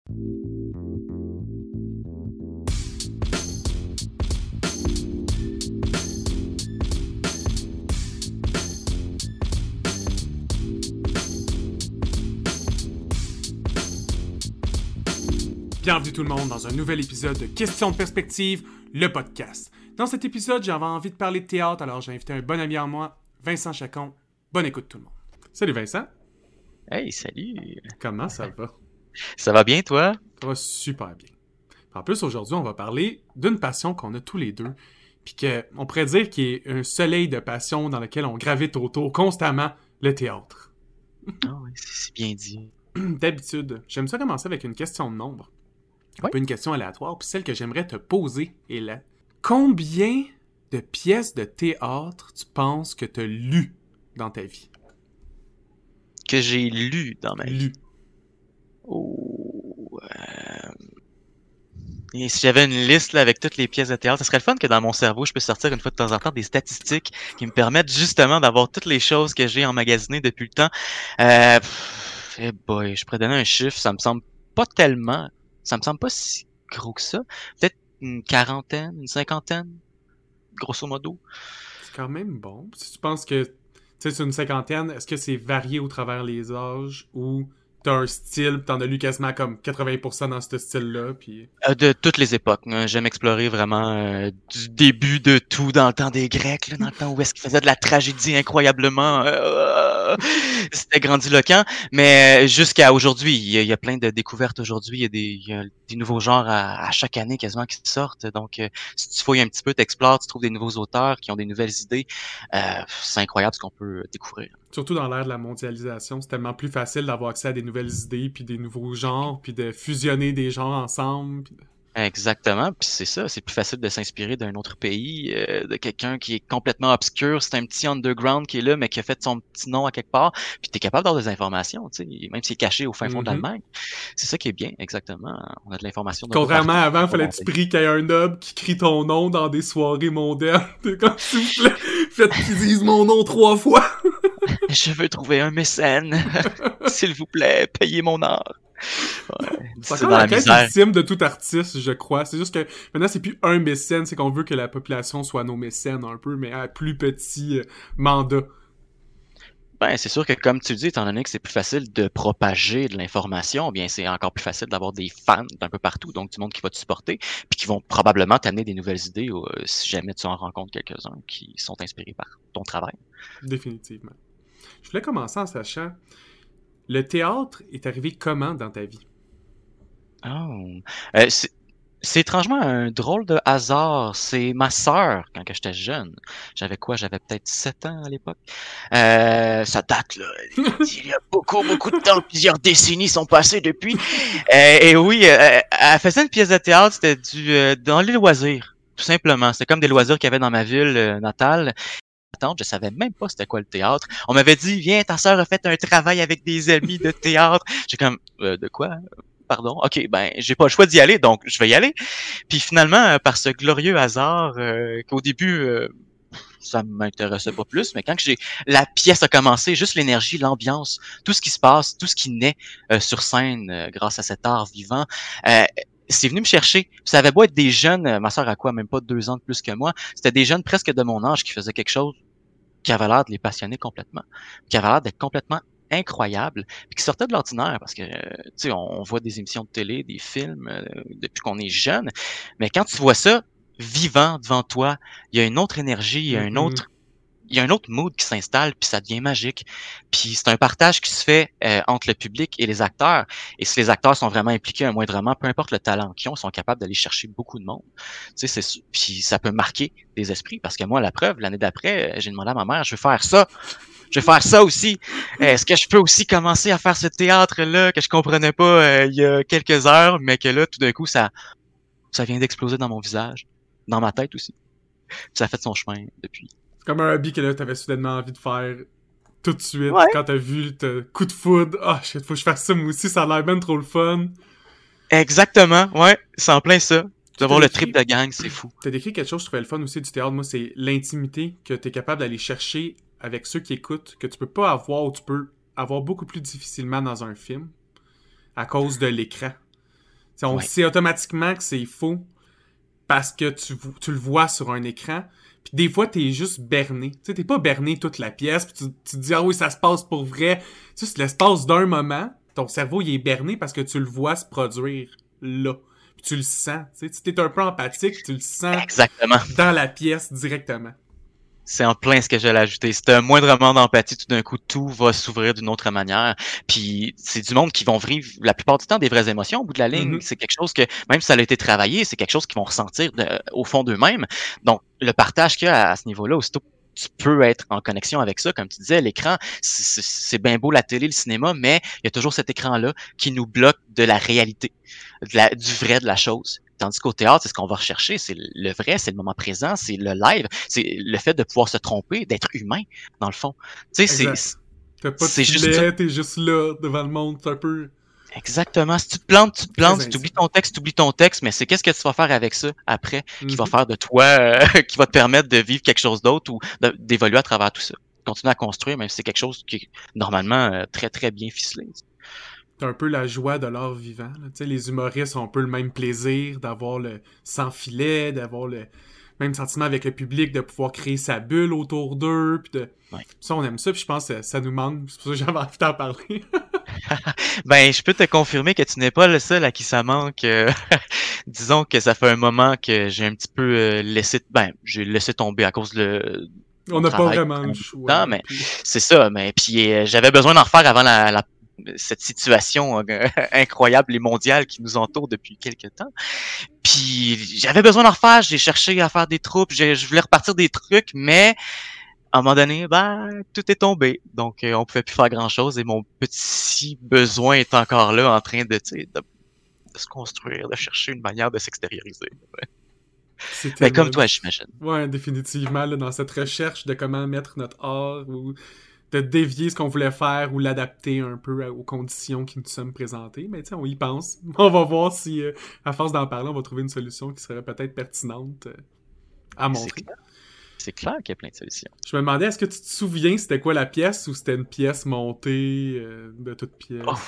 Bienvenue tout le monde dans un nouvel épisode de Questions de perspective, le podcast. Dans cet épisode, j'avais envie de parler de théâtre, alors j'ai invité un bon ami à moi, Vincent Chacon. Bonne écoute tout le monde. Salut Vincent. Hey, salut! Comment ça va? Ça va bien, toi? Ça va super bien. En plus, aujourd'hui, on va parler d'une passion qu'on a tous les deux, puis qu'on pourrait dire qu'il y a un soleil de passion dans lequel on gravite autour constamment, le théâtre. Ah oui, c'est bien dit. D'habitude, j'aime ça commencer avec une question de nombre. Un peu une question aléatoire, puis celle que j'aimerais te poser est là. Combien de pièces de théâtre tu penses que tu as lues dans ta vie? Que j'ai lu dans ma vie. Lu. Oh, Et si j'avais une liste là, avec toutes les pièces de théâtre, ce serait le fun que dans mon cerveau, je puisse sortir une fois de temps en temps des statistiques qui me permettent justement d'avoir toutes les choses que j'ai emmagasinées depuis le temps. Boy, je pourrais donner un chiffre, ça me semble pas tellement, ça me semble pas si gros que ça. Peut-être une quarantaine, une cinquantaine, grosso modo. C'est quand même bon. Si tu penses que, tu sais, c'est une cinquantaine, est-ce que c'est varié au travers les âges ou t'as un style, pis t'en as lu quasiment comme 80% dans ce style-là, puis... De toutes les époques. J'aime explorer vraiment du début de tout, dans le temps des Grecs, là, dans le temps où est-ce qu'ils faisaient de la tragédie incroyablement... c'était grandiloquent. Mais jusqu'à aujourd'hui, il y a plein de découvertes aujourd'hui. Il y a des nouveaux genres à chaque année quasiment qui sortent. Donc, si tu fouilles un petit peu, t'explores, tu trouves des nouveaux auteurs qui ont des nouvelles idées. C'est incroyable ce qu'on peut découvrir. Surtout dans l'ère de la mondialisation, c'est tellement plus facile d'avoir accès à des nouvelles idées, puis des nouveaux genres, puis de fusionner des genres ensemble. Puis... Exactement, puis c'est ça, c'est plus facile de s'inspirer d'un autre pays, de quelqu'un qui est complètement obscur, c'est un petit underground qui est là, mais qui a fait son petit nom à quelque part, puis t'es capable d'avoir des informations, tu sais, même s'il est caché au fin fond de l'Allemagne. C'est ça qui est bien, exactement. On a de l'information. Contrairement à avant, fallait que tu pries qu'il y ait un noble qui crie ton nom dans des soirées mondaines. T'es comme, s'il vous plaît, faites qu'ils disent mon nom 3 fois. Je veux trouver un mécène, s'il vous plaît, payez mon art. Ouais, c'est encore la quête ultime de tout artiste, je crois. C'est juste que maintenant, c'est plus un mécène, c'est qu'on veut que la population soit nos mécènes un peu, mais à plus petit mandat. Ben, c'est sûr que comme tu le dis, étant donné que c'est plus facile de propager de l'information, bien c'est encore plus facile d'avoir des fans d'un peu partout, donc du monde qui va te supporter, puis qui vont probablement t'amener des nouvelles idées si jamais tu en rencontres quelques-uns qui sont inspirés par ton travail. Définitivement. Je voulais commencer en sachant, le théâtre est arrivé comment dans ta vie? Oh. C'est étrangement un drôle de hasard. C'est ma sœur, quand que j'étais jeune. J'avais quoi? J'avais peut-être 7 ans à l'époque. Ça date, là. Il y a beaucoup de temps. Plusieurs décennies sont passées depuis. Et oui, elle faisait une pièce de théâtre. C'était dans les loisirs, tout simplement. C'était comme des loisirs qu'il y avait dans ma ville natale. Je savais même pas c'était quoi le théâtre. On m'avait dit, viens, ta sœur a fait un travail avec des amis de théâtre. J'ai comme, de quoi? Pardon, ok, ben j'ai pas le choix d'y aller, donc je vais y aller. Puis finalement, par ce glorieux hasard, qu'au début ça m'intéressait pas plus, mais quand la pièce a commencé, juste l'énergie, l'ambiance, tout ce qui se passe, tout ce qui naît sur scène grâce à cet art vivant, c'est venu me chercher. Ça avait beau être des jeunes, ma sœur a quoi, même pas 2 ans de plus que moi, c'était des jeunes presque de mon âge qui faisaient quelque chose qui avait l'air de les passionner complètement, qui avait l'air d'être complètement incroyable, puis qui sortait de l'ordinaire parce que tu sais on voit des émissions de télé, des films depuis qu'on est jeune, mais quand tu vois ça vivant devant toi, il y a une autre énergie, il y a un autre mood qui s'installe, puis ça devient magique. Puis c'est un partage qui se fait entre le public et les acteurs. Et si les acteurs sont vraiment impliqués moindrement, peu importe le talent qu'ils ont, ils sont capables d'aller chercher beaucoup de monde. Tu sais, puis ça peut marquer des esprits. Parce que moi, la preuve, l'année d'après, j'ai demandé à ma mère, je veux faire ça. Je vais faire ça aussi. Est-ce que je peux aussi commencer à faire ce théâtre-là que je comprenais pas il y a quelques heures, mais que là, tout d'un coup, ça vient d'exploser dans mon visage, dans ma tête aussi. Puis ça a fait son chemin depuis. C'est comme un hobby que là, t'avais soudainement envie de faire tout de suite. Ouais. Quand t'as vu le coup de foudre, shit, faut que je fasse ça moi aussi, ça a l'air bien trop le fun. Exactement, ouais, c'est en plein ça. D'avoir le trip de gang, c'est fou. T'as décrit quelque chose que je trouvais le fun aussi du théâtre, moi, c'est l'intimité que t'es capable d'aller chercher avec ceux qui écoutent, que tu peux pas avoir ou tu peux avoir beaucoup plus difficilement dans un film à cause de l'écran. On Ouais. sait automatiquement que c'est faux parce que tu le vois sur un écran. Puis des fois, t'es juste berné. Tu sais, t'es pas berné toute la pièce, puis tu te dis « Ah oui, ça se passe pour vrai. » Tu sais, c'est l'espace d'un moment, ton cerveau, il est berné parce que tu le vois se produire là. Puis tu le sens. Tu sais, t'es un peu empathique, tu le sens Exactement. dans la pièce directement. C'est en plein ce que j'allais ajouter. C'est un moindrement d'empathie, tout d'un coup, tout va s'ouvrir d'une autre manière. Puis c'est du monde qui vont vivre la plupart du temps des vraies émotions au bout de la ligne. Mm-hmm. C'est quelque chose que, même si ça a été travaillé, c'est quelque chose qu'ils vont ressentir au fond d'eux-mêmes. Donc, le partage qu'il y a à ce niveau-là, aussitôt tu peux être en connexion avec ça, comme tu disais, l'écran, c'est bien beau la télé, le cinéma, mais il y a toujours cet écran-là qui nous bloque de la réalité, du vrai de la chose. Tandis qu'au théâtre, c'est ce qu'on va rechercher, c'est le vrai, c'est le moment présent, c'est le live, c'est le fait de pouvoir se tromper, d'être humain, dans le fond. Tu sais, T'as pas de c'est juste ça. filet, t'es juste là, devant le monde, c'est un peu... Exactement. Si tu te plantes, tu te plantes. Très Si tu oublies ton texte, mais c'est qu'est-ce que tu vas faire avec ça après qui va Mhm. faire de toi, qui va te permettre de vivre quelque chose d'autre ou d'évoluer à travers tout ça. Continuer à construire, même si c'est quelque chose qui est normalement très, très bien ficelé. C'est un peu la joie de l'art vivant. Là. Tu sais, les humoristes ont un peu le même plaisir d'avoir le sans filet, d'avoir le même sentiment avec le public, de pouvoir créer sa bulle autour d'eux. Puis de... Ouais. Ça, on aime ça, puis je pense que ça nous manque. C'est pour ça que j'avais envie d'en parler. Ben, je peux te confirmer que tu n'es pas le seul à qui ça manque. Disons que ça fait un moment que j'ai un petit peu j'ai laissé tomber à cause de On mon n'a pas travail vraiment le tout le choix. temps, mais Puis... c'est ça. Mais puis j'avais besoin d'en refaire avant cette situation incroyable et mondiale qui nous entoure depuis quelques temps. Puis j'avais besoin d'en refaire, j'ai cherché à faire des troupes, je voulais repartir des trucs, mais à un moment donné, tout est tombé. Donc on pouvait plus faire grand-chose et mon petit besoin est encore là en train de se construire, de chercher une manière de s'extérioriser. C'est Ben, comme tellement... toi, j'imagine. Ouais, définitivement, là, dans cette recherche de comment mettre notre art ou de dévier ce qu'on voulait faire ou l'adapter un peu aux conditions qui nous sommes présentées. Mais tiens, on y pense. On va voir si, à force d'en parler, on va trouver une solution qui serait peut-être pertinente à montrer. C'est clair qu'il y a plein de solutions. Je me demandais, est-ce que tu te souviens c'était quoi la pièce ou c'était une pièce montée de toute pièce? Oh.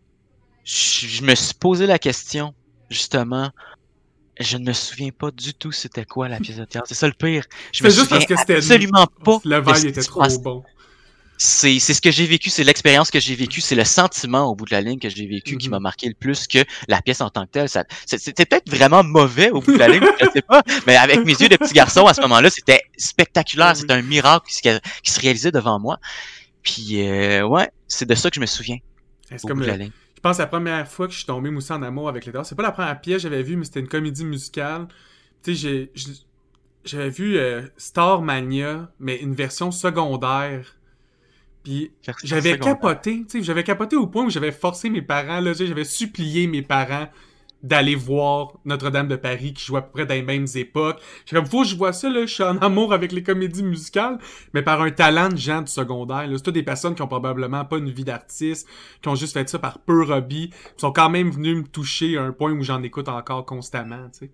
Je me suis posé la question, justement. Je ne me souviens pas du tout c'était quoi la pièce de théâtre. C'est ça le pire. Je me souviens absolument pas. Le vibe était trop bon. C'est ce que j'ai vécu, c'est l'expérience que j'ai vécue, c'est le sentiment au bout de la ligne que j'ai vécu qui m'a marqué le plus que la pièce en tant que telle. C'était peut-être vraiment mauvais au bout de la ligne, je sais pas, mais avec mes yeux de petit garçon à ce moment-là, c'était spectaculaire, c'était un miracle qui se réalisait devant moi. Puis ouais, c'est de ça que je me souviens au bout de la ligne. Je pense que la première fois que je suis tombé aussi en amour avec les théâtres, c'est pas la première pièce que j'avais vue, mais c'était une comédie musicale. Tu sais, j'avais vu Starmania, mais une version secondaire. Puis j'avais capoté, tu sais, j'avais capoté au point où j'avais forcé mes parents, là, j'avais supplié mes parents d'aller voir Notre-Dame de Paris qui jouait à peu près dans les mêmes époques. J'étais comme, faut que je vois ça, là, je suis en amour avec les comédies musicales, mais par un talent de gens du secondaire, là. C'est toutes des personnes qui ont probablement pas une vie d'artiste, qui ont juste fait ça par pur hobby, qui sont quand même venus me toucher à un point où j'en écoute encore constamment, tu sais.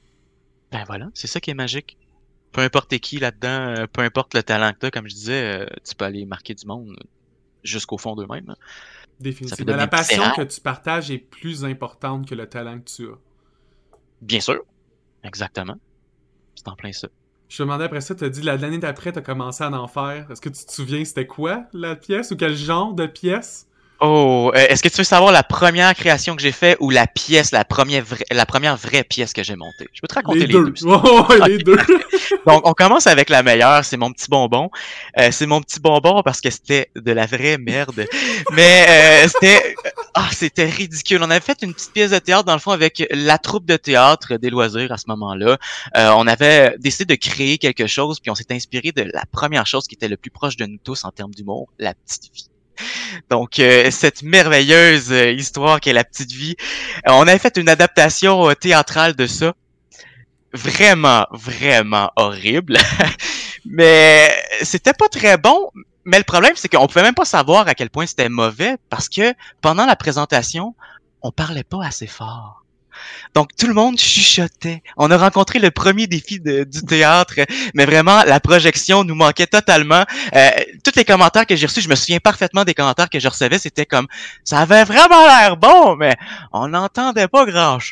Ben voilà, c'est ça qui est magique. Peu importe qui là-dedans, peu importe le talent que t'as, comme je disais, tu peux aller marquer du monde jusqu'au fond d'eux-mêmes. Définitivement. La passion que tu partages est plus importante que le talent que tu as. Bien sûr. Exactement. C'est en plein ça. Je te demandais après ça, t'as dit l'année d'après, t'as commencé à en faire. Est-ce que tu te souviens c'était quoi la pièce ou quel genre de pièce? Oh, est-ce que tu veux savoir la première création que j'ai fait ou la pièce, la première vraie pièce que j'ai montée? Je peux te raconter les deux. Oh, les deux. Donc, on commence avec la meilleure, c'est mon petit bonbon. C'est mon petit bonbon parce que c'était de la vraie merde. Mais c'était ridicule. On avait fait une petite pièce de théâtre, dans le fond, avec la troupe de théâtre des loisirs à ce moment-là. On avait décidé de créer quelque chose, puis on s'est inspiré de la première chose qui était le plus proche de nous tous en termes d'humour, la petite vie. Donc, cette merveilleuse histoire qu'est la petite vie. On avait fait une adaptation théâtrale de ça. Vraiment, vraiment horrible. Mais c'était pas très bon. Mais le problème, c'est qu'on pouvait même pas savoir à quel point c'était mauvais parce que pendant la présentation, on parlait pas assez fort. Donc, tout le monde chuchotait. On a rencontré le premier défi du théâtre, mais vraiment, la projection nous manquait totalement. Tous les commentaires que j'ai reçus, je me souviens parfaitement des commentaires que je recevais, c'était comme « Ça avait vraiment l'air bon, mais on n'entendait pas grand-chose. »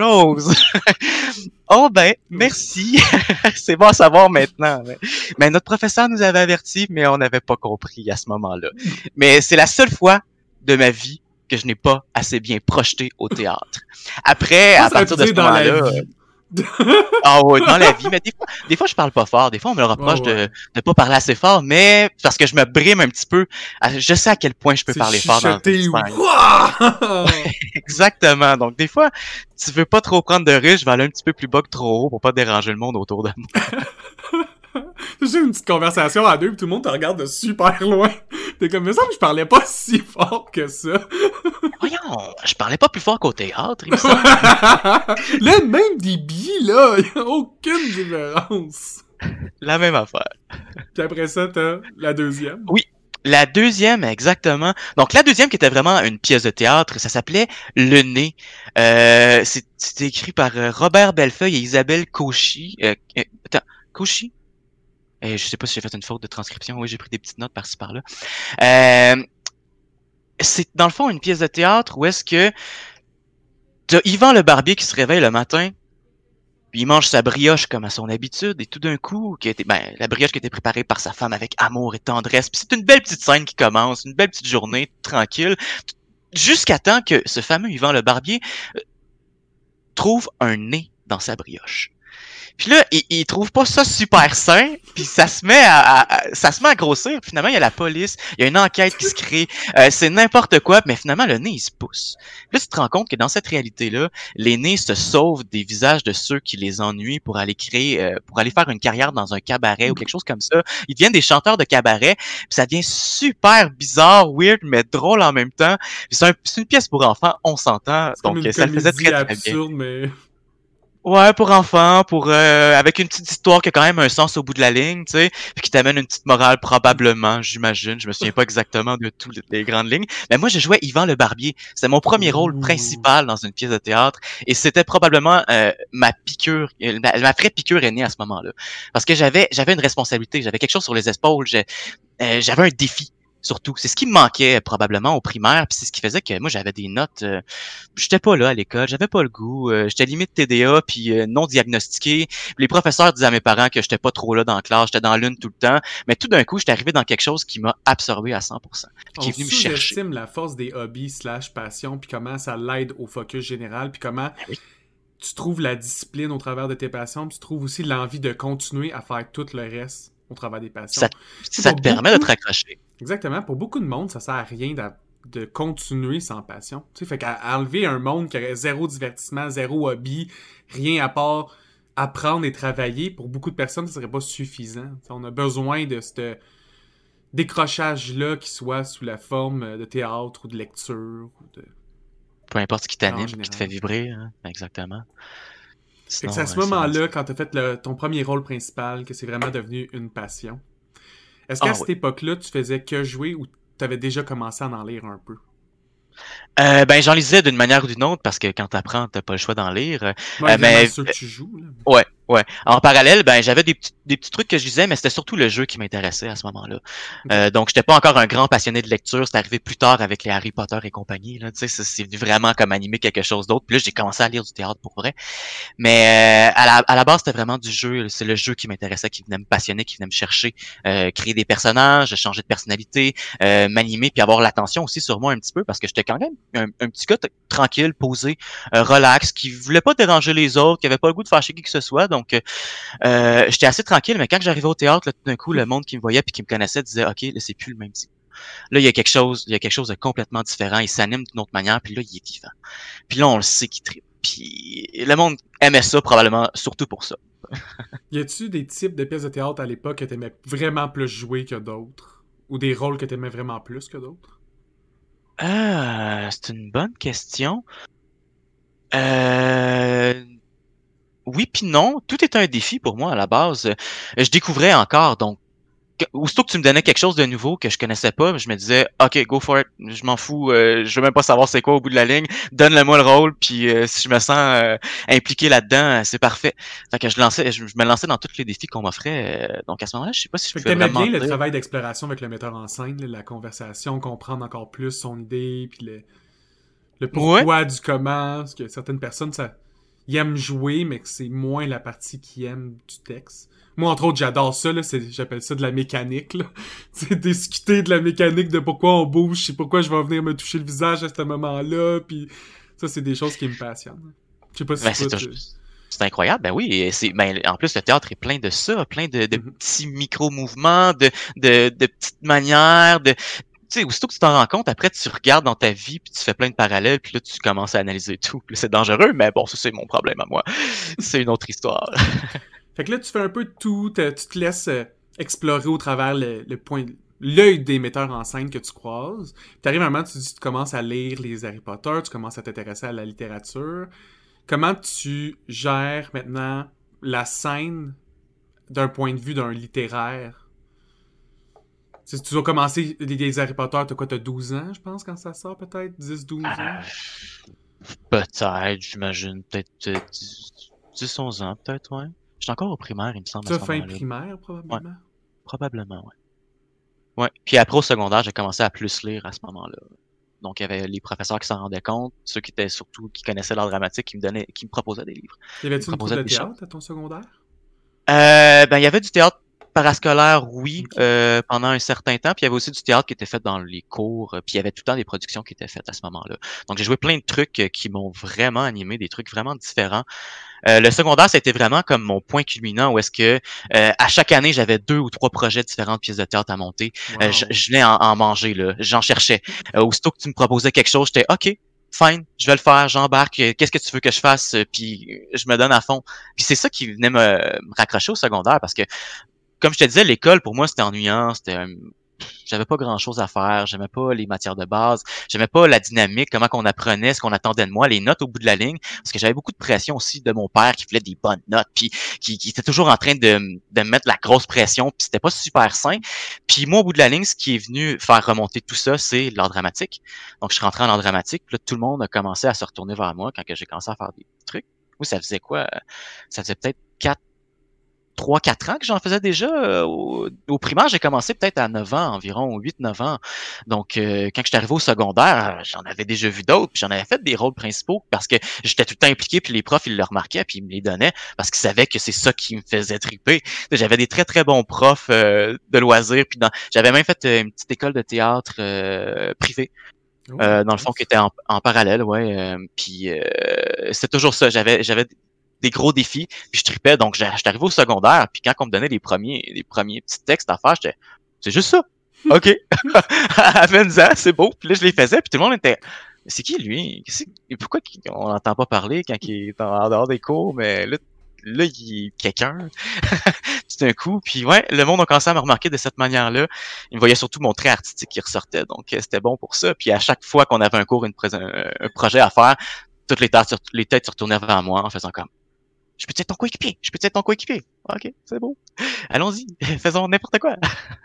Oh ben, merci. C'est bon à savoir maintenant. Mais notre professeur nous avait avertis, mais on n'avait pas compris à ce moment-là. Mais c'est la seule fois de ma vie que je n'ai pas assez bien projeté au théâtre. Après, à partir de ce moment-là... Ah ouais, dans la vie. Mais des fois, je parle pas fort. Des fois, on me le reproche de pas parler assez fort, mais parce que je me brime un petit peu. Je sais à quel point je peux parler fort dans le Exactement. Donc, des fois, tu veux pas trop prendre de risques, je vais aller un petit peu plus bas que trop haut pour pas déranger le monde autour de moi. J'ai une petite conversation à deux, pis tout le monde te regarde de super loin. T'es comme, mais ça, je parlais pas si fort que ça. Voyons, je parlais pas plus fort qu'au théâtre, il me semble. Le même débit, là, y a aucune différence. La même affaire. Puis après ça, t'as la deuxième. Oui, la deuxième, exactement. Donc, la deuxième qui était vraiment une pièce de théâtre, ça s'appelait Le Nez. C'était écrit par Robert Bellefeuille et Isabelle Cauchy. Cauchy? Je sais pas si j'ai fait une faute de transcription. Oui, j'ai pris des petites notes par-ci par-là. C'est dans le fond une pièce de théâtre où est-ce que t'as Yvan le barbier qui se réveille le matin, puis il mange sa brioche comme à son habitude, et tout d'un coup, la brioche qui a été préparée par sa femme avec amour et tendresse, puis c'est une belle petite scène qui commence, une belle petite journée tranquille, jusqu'à temps que ce fameux Yvan le barbier trouve un nez dans sa brioche. Puis là, il trouve pas ça super sain, puis ça se met à grossir. Puis finalement, il y a la police, il y a une enquête qui se crée, c'est n'importe quoi, mais finalement, le nez, il se pousse. Puis là, tu te rends compte que dans cette réalité-là, les nez se sauvent des visages de ceux qui les ennuient pour aller pour aller faire une carrière dans un cabaret ou quelque chose comme ça. Ils deviennent des chanteurs de cabaret, puis ça devient super bizarre, weird, mais drôle en même temps. Puis c'est une pièce pour enfants, on s'entend, donc ça le faisait très, très absurde, bien. Mais... Ouais, pour enfants, avec une petite histoire qui a quand même un sens au bout de la ligne, tu sais, puis qui t'amène une petite morale probablement, j'imagine. Je me souviens pas exactement de toutes les grandes lignes. Mais moi, je jouais Yvan le Barbier. C'était mon premier rôle principal dans une pièce de théâtre, et c'était probablement ma piqûre, ma vraie piqûre est née à ce moment-là, parce que j'avais une responsabilité, j'avais quelque chose sur les épaules, j'avais un défi. Surtout, c'est ce qui me manquait probablement au primaire, puis c'est ce qui faisait que moi j'avais des notes, j'étais pas là à l'école, j'avais pas le goût, j'étais limite TDA puis non diagnostiqué. Les professeurs disaient à mes parents que j'étais pas trop là dans la classe, j'étais dans l'une tout le temps, mais tout d'un coup, j'étais arrivé dans quelque chose qui m'a absorbé à 100%, qui est venu me chercher. On sous-estime la force des hobbies / passion, puis comment ça l'aide au focus général, puis comment tu trouves la discipline au travers de tes passions, puis tu trouves aussi l'envie de continuer à faire tout le reste au travers des passions. Ça te permet de te raccrocher. Exactement. Pour beaucoup de monde, ça sert à rien de continuer sans passion. Tu sais, fait qu'à enlever un monde qui aurait zéro divertissement, zéro hobby, rien à part apprendre et travailler, pour beaucoup de personnes, ça serait pas suffisant. T'sais, on a besoin de ce décrochage-là qui soit sous la forme de théâtre ou de lecture. Ou de... Peu importe ce qui t'anime, qui te fait vibrer. Hein? Exactement. Sinon, c'est à ce moment-là, quand t'as fait ton premier rôle principal, que c'est vraiment devenu une passion. Est-ce qu'à cette époque-là, tu faisais que jouer ou t'avais déjà commencé à en lire un peu? J'en lisais d'une manière ou d'une autre parce que quand t'apprends, t'as pas le choix d'en lire. Mais ceux que tu joues, là. Ouais. En parallèle, j'avais des petits trucs que je lisais, mais c'était surtout le jeu qui m'intéressait à ce moment-là. Okay. Donc, j'étais pas encore un grand passionné de lecture. C'est arrivé plus tard avec les Harry Potter et compagnie. Là, tu sais, c'est vraiment comme animer quelque chose d'autre. Puis là, j'ai commencé à lire du théâtre pour vrai. Mais à la base, c'était vraiment du jeu. C'est le jeu qui m'intéressait, qui venait me passionner, qui venait me chercher, créer des personnages, changer de personnalité, m'animer, puis avoir l'attention aussi sur moi un petit peu parce que j'étais quand même un petit gars tranquille, posé, relax, qui voulait pas déranger les autres, qui avait pas le goût de fâcher qui que ce soit. Donc, j'étais assez tranquille, mais quand j'arrivais au théâtre, là, tout d'un coup, le monde qui me voyait puis qui me connaissait disait « OK, là, c'est plus le même type. Là, il y a quelque chose de complètement différent. Il s'anime d'une autre manière, puis là, il est vivant. Puis là, on le sait qu'il tripe. Puis le monde aimait ça, probablement, surtout pour ça. » Y a-tu des types de pièces de théâtre à l'époque que t'aimais vraiment plus jouer que d'autres? Ou des rôles que t'aimais vraiment plus que d'autres? C'est une bonne question. Oui puis non, tout est un défi pour moi à la base. Je découvrais encore, donc aussitôt que tu me donnais quelque chose de nouveau que je connaissais pas, je me disais, OK, go for it, je m'en fous, je veux même pas savoir c'est quoi au bout de la ligne, donne-le-moi le rôle, puis si je me sens impliqué là-dedans, c'est parfait. Fait que je me lançais dans tous les défis qu'on m'offrait. Donc à ce moment-là, je sais pas si je Fait que pouvais t'aimais vraiment bien le dire. travail d'exploration avec le metteur en scène, là, la conversation, comprendre encore plus son idée, puis le Ouais. pourquoi du comment, parce que certaines personnes, ils aiment jouer, mais que c'est moins la partie qu'ils aiment du texte. Moi, entre autres, j'adore ça, là, j'appelle ça de la mécanique, là. C'est discuter de la mécanique, de pourquoi on bouge, c'est pourquoi je vais venir me toucher le visage à ce moment-là, puis ça, c'est des choses qui me passionnent. Je sais pas si Ben, toi, c'est incroyable, ben oui, et en plus le théâtre est plein de ça, plein de Mhm. petits micro-mouvements, de petites manières, tu sais, aussitôt que tu t'en rends compte, après tu regardes dans ta vie, puis tu fais plein de parallèles, puis là tu commences à analyser tout. Puis là, c'est dangereux, mais bon, ça c'est mon problème à moi. C'est une autre histoire. Fait que là, tu fais un peu de tout, tu te laisses explorer au travers l'œil des metteurs en scène que tu croises. Puis t'arrives à un moment, tu commences à lire les Harry Potter, tu commences à t'intéresser à la littérature. Comment tu gères maintenant la scène d'un point de vue d'un littéraire? Si tu as commencé les Harry Potter, t'as 12 ans, je pense, quand ça sort, peut-être? 10, 12 ans? Peut-être, j'imagine, peut-être 10, 11 ans, peut-être, ouais. J'étais encore au primaire, il me semble, à Ça, ce fin moment-là. primaire, Ouais, probablement? probablement, ouais. Ouais. Puis après, au secondaire, j'ai commencé à plus lire à ce moment-là. Donc, il y avait les professeurs qui s'en rendaient compte, ceux qui étaient surtout, qui connaissaient l'art dramatique, qui me proposaient des livres. Y Ils me avait-tu une troupe proposaient de des choses. théâtre à ton secondaire? Ben, il y avait du théâtre parascolaire, oui, Ok. pendant un certain temps. Puis il y avait aussi du théâtre qui était fait dans les cours. Puis il y avait tout le temps des productions qui étaient faites à ce moment-là. Donc j'ai joué plein de trucs qui m'ont vraiment animé, des trucs vraiment différents. Le secondaire, c'était vraiment comme mon point culminant où est-ce que à chaque année, j'avais 2 ou 3 projets de différentes pièces de théâtre à monter. Wow. Je venais en manger, là. J'en cherchais. Aussitôt que tu me proposais quelque chose, j'étais OK. Fine, je vais le faire, j'embarque. Qu'est-ce que tu veux que je fasse? Puis je me donne à fond. Puis c'est ça qui venait me raccrocher au secondaire parce que, comme je te disais, l'école pour moi c'était ennuyant, j'avais pas grand chose à faire, j'aimais pas les matières de base, j'aimais pas la dynamique, comment qu'on apprenait, ce qu'on attendait de moi, les notes au bout de la ligne, parce que j'avais beaucoup de pression aussi de mon père qui voulait des bonnes notes, puis qui était toujours en train de me mettre la grosse pression, puis c'était pas super sain. Puis moi au bout de la ligne, ce qui est venu faire remonter tout ça, c'est l'art dramatique. Donc je suis rentré en art dramatique, puis là tout le monde a commencé à se retourner vers moi quand que j'ai commencé à faire des trucs. Oui, ça faisait quoi? Ça faisait peut-être 3, 4 ans que j'en faisais déjà. Au primaire, j'ai commencé peut-être à 9 ans, environ 8, 9 ans. Donc, quand je suis arrivé au secondaire, j'en avais déjà vu d'autres, puis j'en avais fait des rôles principaux parce que j'étais tout le temps impliqué, puis les profs, ils le remarquaient, puis ils me les donnaient parce qu'ils savaient que c'est ça qui me faisait triper. J'avais des très, très bons profs de loisirs, puis j'avais même fait une petite école de théâtre privée. Oh, Dans le fond, qui nice. était en parallèle, ouais. Puis c'était toujours ça. J'avais des gros défis, puis je tripais. Donc, j'étais arrivé au secondaire, puis quand on me donnait les premiers petits textes à faire, c'est juste ça. OK. À 20 ans, c'est beau. Puis là, je les faisais, puis tout le monde était, c'est qui lui? Pourquoi on n'entend pas parler quand il est en dehors des cours? Mais là, il est quelqu'un. Tout d'un coup. Puis ouais, le monde a commencé à me remarquer de cette manière-là. Il me voyait surtout mon trait artistique qui ressortait. Donc, c'était bon pour ça. Puis à chaque fois qu'on avait un cours, un projet à faire, toutes les têtes se retournaient vers moi en faisant comme, je peux être ton coéquipier? Je peux être ton coéquipier? OK, c'est beau. Allons-y, faisons n'importe quoi.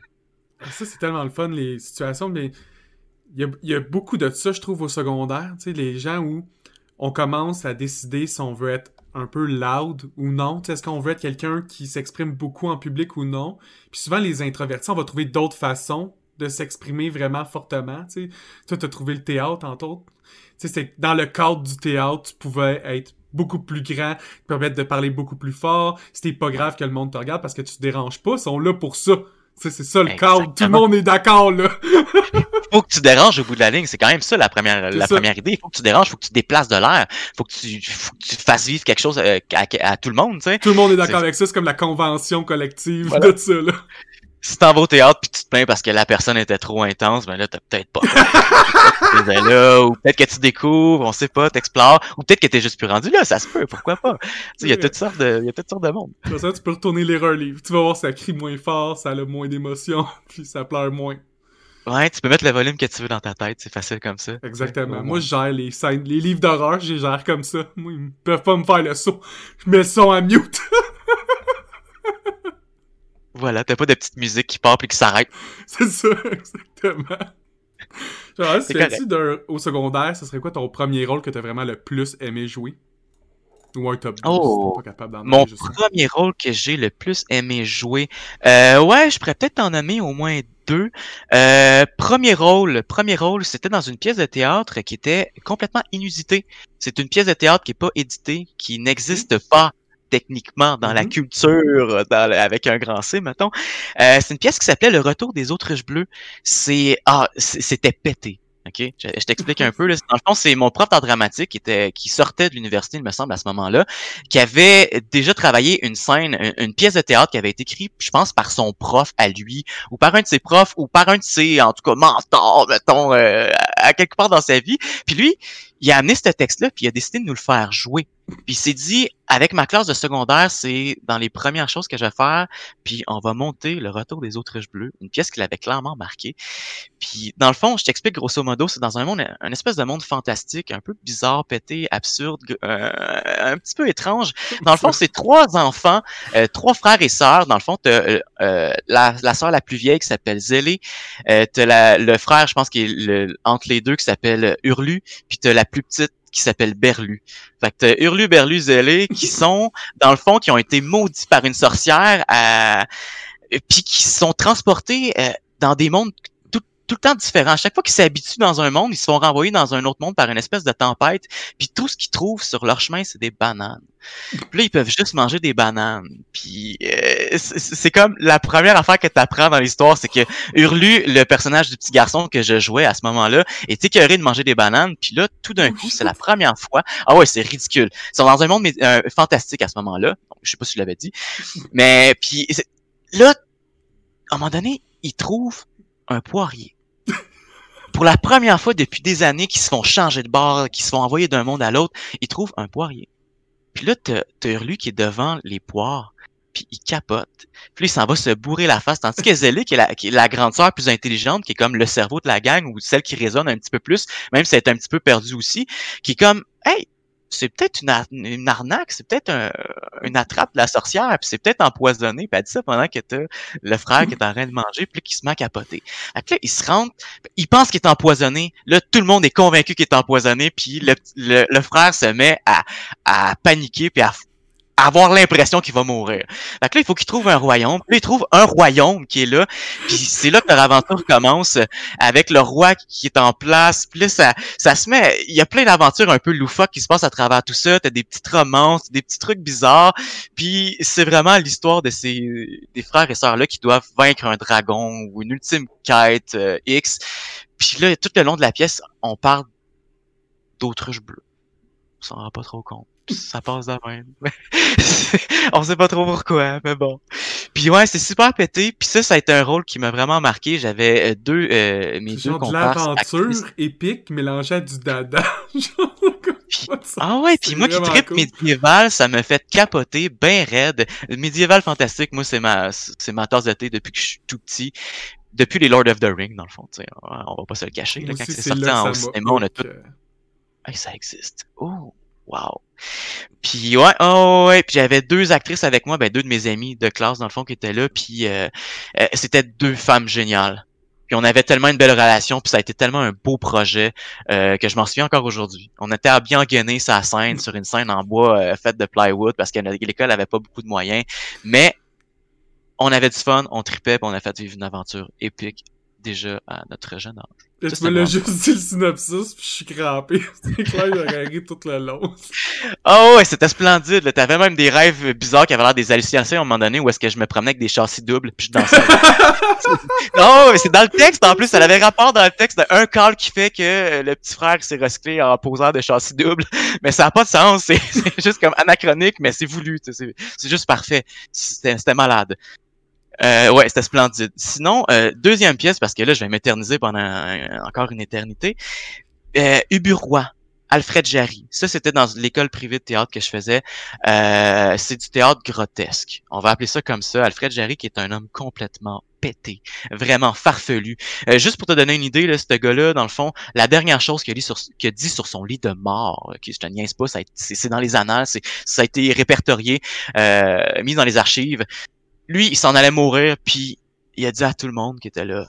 Ça, c'est tellement le fun, les situations, mais il y a beaucoup de ça, je trouve, au secondaire. Tu sais, les gens où on commence à décider si on veut être un peu loud ou non. Tu sais, est-ce qu'on veut être quelqu'un qui s'exprime beaucoup en public ou non? Puis souvent, les introvertis, on va trouver d'autres façons de s'exprimer vraiment fortement. Tu sais, toi, t'as trouvé le théâtre, entre autres. Tu sais, c'est dans le cadre du théâtre, tu pouvais être beaucoup plus grand, te permettre de parler beaucoup plus fort. C'était pas grave que le monde te regarde parce que tu te déranges pas. Ils sont là pour ça. Tu sais, c'est ça le cadre. Tout le Exactement. monde est d'accord, là. Faut que tu déranges au bout de la ligne. C'est quand même ça la C'est la ça. première idée. Faut que tu déranges, faut que tu déplaces de l'air. Faut que tu fasses vivre quelque chose à tout le monde, tu sais. Tout le monde est d'accord C'est- avec ça. C'est comme la convention collective Voilà. de ça, là. Si t'en vas au théâtre puis tu te plains parce que la personne était trop intense, ben là, t'as peut-être pas fait ce là, ou peut-être que tu découvres, on sait pas, t'explores, ou peut-être que t'es juste plus rendu là, ça se peut, pourquoi pas. Tu sais, il y a toutes sortes de monde. Comme ça, tu peux retourner lire un livre. Tu vas voir, ça crie moins fort, ça a moins d'émotion, puis ça pleure moins. Ouais, tu peux mettre le volume que tu veux dans ta tête, c'est facile comme ça. Exactement. Au Moi, moins. je gère les scènes, les livres d'horreur, je les gère comme ça. Moi, ils peuvent pas me faire le saut. Je mets le son à mute. Voilà, t'as pas de petite musique qui part puis qui s'arrête. C'est ça, exactement. Genre, si C'est correct. au secondaire, ce serait quoi ton premier rôle que t'as vraiment le plus aimé jouer? Ou un top 2, si t'es Oh! pas capable d'en Mon nommer juste un. premier rôle que j'ai le plus aimé jouer. Ouais, je pourrais peut-être en nommer au moins deux. Premier rôle, c'était dans une pièce de théâtre qui était complètement inusitée. C'est une pièce de théâtre qui est pas éditée, qui Ok. n'existe pas techniquement dans la Mhm. culture, avec un grand C, mettons. C'est une pièce qui s'appelait Le Retour des Autruches Bleues. C'était pété. OK? Je t'explique un peu. Là. Dans le fond, c'est mon prof d'art dramatique qui sortait de l'université, il me semble, à ce moment-là, qui avait déjà travaillé une scène, une pièce de théâtre qui avait été écrite, je pense, par son prof à lui, ou par un de ses profs, ou par un de ses, en tout cas, mentors, mettons, à quelque part dans sa vie. Puis lui, il a amené ce texte-là, puis il a décidé de nous le faire jouer. Puis il s'est dit, avec ma classe de secondaire, c'est dans les premières choses que je vais faire, puis on va monter Le Retour des Autruches Bleues, une pièce qui l'avait clairement marqué. Puis, dans le fond, je t'explique grosso modo, c'est dans un monde, un espèce de monde fantastique, un peu bizarre, pété, absurde, un petit peu étrange. Dans le fond, c'est trois enfants, trois frères et sœurs. Dans le fond, t'as la sœur la plus vieille qui s'appelle Zélé, t'as le frère, je pense, qui est entre les deux, qui s'appelle Hurlu, puis t'as la plus petite qui s'appelle Berlu. Fait que t'as Hurlu, Berlu, Zélé, qui sont, dans le fond, qui ont été maudits par une sorcière, puis qui sont transportés dans des mondes tout le temps différents. À chaque fois qu'ils s'habituent dans un monde, ils se font renvoyer dans un autre monde par une espèce de tempête. Puis tout ce qu'ils trouvent sur leur chemin, c'est des bananes. Puis là, ils peuvent juste manger des bananes. Puis c'est comme la première affaire que tu apprends dans l'histoire, c'est que Hurlu, le personnage du petit garçon que je jouais à ce moment-là, est écœuré de manger des bananes. Puis là, tout d'un Oh coup, c'est la shit. première fois. Ah ouais, c'est ridicule. Ils sont dans un monde fantastique à ce moment-là. Donc, je sais pas si je l'avais dit. Mais puis là, à un moment donné, ils trouvent un poirier. Pour la première fois depuis des années qu'ils se font changer de bord, qu'ils se font envoyer d'un monde à l'autre, ils trouvent un poirier. Puis là, t'as Hurlu qui est devant les poires, puis il capote. Puis là, il s'en va se bourrer la face, tandis que Zélé, qui est la grande sœur plus intelligente, qui est comme le cerveau de la gang, ou celle qui résonne un petit peu plus, même si elle est un petit peu perdue aussi, qui est comme, hey, c'est peut-être une arnaque, c'est peut-être une attrape de la sorcière, puis c'est peut-être empoisonné. Puis elle dit ça pendant que t'as le frère qui est en train de manger, puis là, qui se met à capoter. Fait que là, il se rend, il pense qu'il est empoisonné. Là, tout le monde est convaincu qu'il est empoisonné, puis le frère se met à paniquer, puis à avoir l'impression qu'il va mourir. Fait que là, il faut qu'il trouve un royaume. Puis là, il trouve un royaume qui est là. Puis c'est là que leur aventure commence avec le roi qui est en place. Puis là, ça se met... Il y a plein d'aventures un peu loufoques qui se passent à travers tout ça. T'as des petites romances, des petits trucs bizarres. Puis c'est vraiment l'histoire de des frères et sœurs-là qui doivent vaincre un dragon ou une ultime quête X. Puis là, tout le long de la pièce, on parle d'autruches bleues. On s'en rend pas trop compte. Ça passe de même. On sait pas trop pourquoi, mais bon. Puis ouais, c'est super pété. Puis ça a été un rôle qui m'a vraiment marqué. J'avais mes C'est deux genre de comparses l'aventure actrices. épique mélangée à du dada. Genre, comme Puis, pas de sens. ah ouais, puis C'est moi qui vraiment trippe cool. médiéval, ça me fait capoter ben raide. Médiéval fantastique, moi c'est ma tasse de thé depuis que je suis tout petit. Depuis les Lord of the Rings, dans le fond, tu sais, on va pas se le cacher. Là, Moi quand aussi, c'est c'est là sorti que ça au m'a cinéma, on a tout. hook. Hey, ça existe. Oh, wow. Puis ouais, oh ouais, puis j'avais deux actrices avec moi, ben deux de mes amies de classe dans le fond qui étaient là, puis c'était deux femmes géniales. Puis on avait tellement une belle relation, puis ça a été tellement un beau projet que je m'en souviens encore aujourd'hui. On était à bien gagner sa scène sur une scène en bois faite de plywood parce que l'école avait pas beaucoup de moyens, mais on avait du fun, on tripait, puis on a fait vivre une aventure épique déjà à notre jeune âge. Là, Ça tu me c'était l'as moi. juste dit le synopsis, puis je suis crampé. C'est clair, j'aurais ri tout le long. Oh ouais, c'était splendide. Là. T'avais même des rêves bizarres qui avaient l'air des hallucinations à un moment donné où est-ce que je me promenais avec des châssis doubles puis je dansais. Non, mais c'est dans le texte en plus. Ça avait rapport dans le texte d'un call qui fait que le petit frère s'est recyclé en poseur de châssis double. Mais ça n'a pas de sens. C'est juste comme anachronique, mais c'est voulu. C'est juste parfait. C'était malade. Ouais, c'était splendide. Sinon, deuxième pièce, parce que là, je vais m'éterniser pendant encore une éternité. Uburoi. Alfred Jarry. Ça, c'était dans l'école privée de théâtre que je faisais. C'est du théâtre grotesque. On va appeler ça comme ça. Alfred Jarry, qui est un homme complètement pété, vraiment farfelu. Juste pour te donner une idée, là, ce gars-là, dans le fond, la dernière chose qu'il a dit sur son lit de mort, je te niaise pas, c'est dans les annales, ça a été répertorié, mis dans les archives. lui, il s'en allait mourir, puis il a dit à tout le monde qui était là,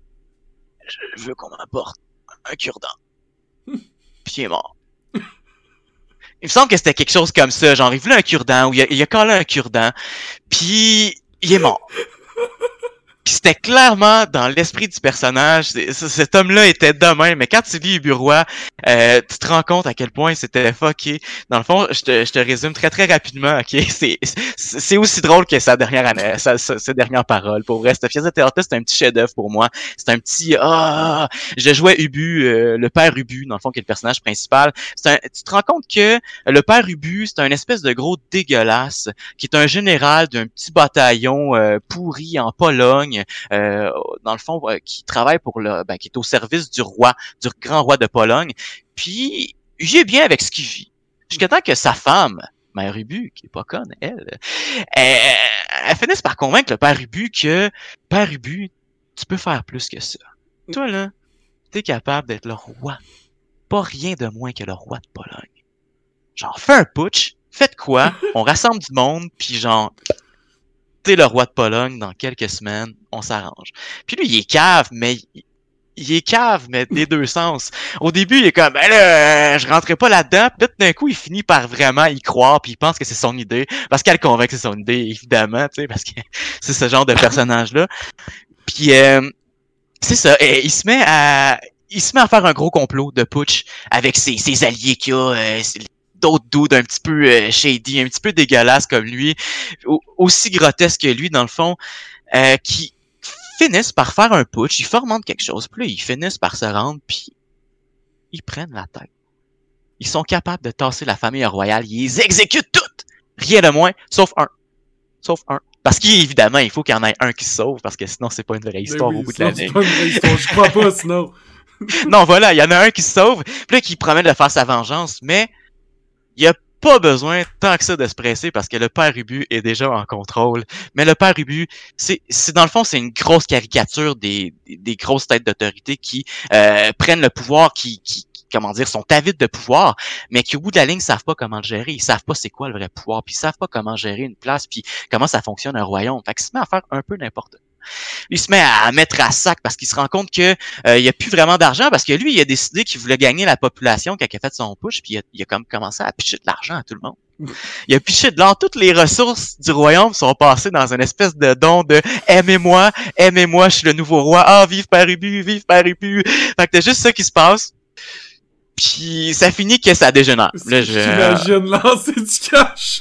je veux qu'on m'apporte un cure-dent. Puis il est mort. Il me semble que c'était quelque chose comme ça, genre il voulait un cure-dent, ou il a collé un cure-dent, puis il est mort. Puis c'était clairement dans l'esprit du personnage. Cet homme-là était de même, mais quand tu lis Uburois, tu te rends compte à quel point c'était fucké. Dans le fond, je te résume très très rapidement, ok? C'est aussi drôle que sa dernière année, ses dernières paroles. Pour vrai, cette pièce de théâtre, c'est un petit chef-d'œuvre pour moi. C'est un petit je jouais Ubu, le père Ubu, dans le fond, qui est le personnage principal. Tu te rends compte que le père Ubu, c'est un espèce de gros dégueulasse, qui est un général d'un petit bataillon pourri en Pologne. Dans le fond, qui travaille pour qui est au service du roi, du grand roi de Pologne. Puis, il est bien avec ce qu'il vit. Jusqu'à temps que sa femme, Mère Ubu, qui est pas conne, elle finisse par convaincre le père Ubu que, père Ubu, tu peux faire plus que ça. Toi, là, t'es capable d'être le roi. Pas rien de moins que le roi de Pologne. Genre, fais un putsch, faites quoi, on rassemble du monde, puis genre, t'es le roi de Pologne dans quelques semaines, on s'arrange. Puis lui, il est cave, mais des deux sens. Au début, il est comme, ben là, je rentrais pas là-dedans. Puis là, tout d'un coup, il finit par vraiment y croire, puis il pense que c'est son idée, parce qu'elle convainc que c'est son idée, évidemment, tu sais, parce que c'est ce genre de personnage-là. Puis c'est ça, il se met à faire un gros complot de putsch avec ses alliés qu'il a, d'autres dudes un petit peu shady, un petit peu dégueulasses comme lui, aussi grotesques que lui, dans le fond, qui finissent par faire un putsch, ils fomentent quelque chose, puis là, ils finissent par se rendre, puis ils prennent la tête. Ils sont capables de tasser la famille royale, ils les exécutent toutes! Rien de moins, sauf un. Parce qu'évidemment, il faut qu'il y en ait un qui se sauve, parce que sinon, c'est pas une vraie histoire au bout de l'année. C'est pas une vraie histoire, je crois pas, sinon. Non, voilà, il y en a un qui se sauve, puis là, qui promet de faire sa vengeance, mais il y a pas besoin tant que ça de se presser parce que le père Ubu est déjà en contrôle. Mais le père Ubu, c'est dans le fond, c'est une grosse caricature des grosses têtes d'autorité qui prennent le pouvoir, qui comment dire, sont avides de pouvoir, mais qui au bout de la ligne savent pas comment le gérer. Ils savent pas c'est quoi le vrai pouvoir, puis ils savent pas comment gérer une place, puis comment ça fonctionne un royaume. Fait qu'il se met à faire un peu n'importe quoi. Il se met à mettre à sac parce qu'il se rend compte que il y a plus vraiment d'argent parce que lui, il a décidé qu'il voulait gagner la population quand il a fait son push, puis il a comme commencé à picher de l'argent à tout le monde. Il a piché de l'or. Toutes les ressources du royaume sont passées dans une espèce de don de aimez-moi, je suis le nouveau roi. Ah, vive Père Ubu, vive Père Ubu. Fait que t'as juste ça qui se passe. Puis ça finit que ça dégénère. Là, j'imagine lancer du cash.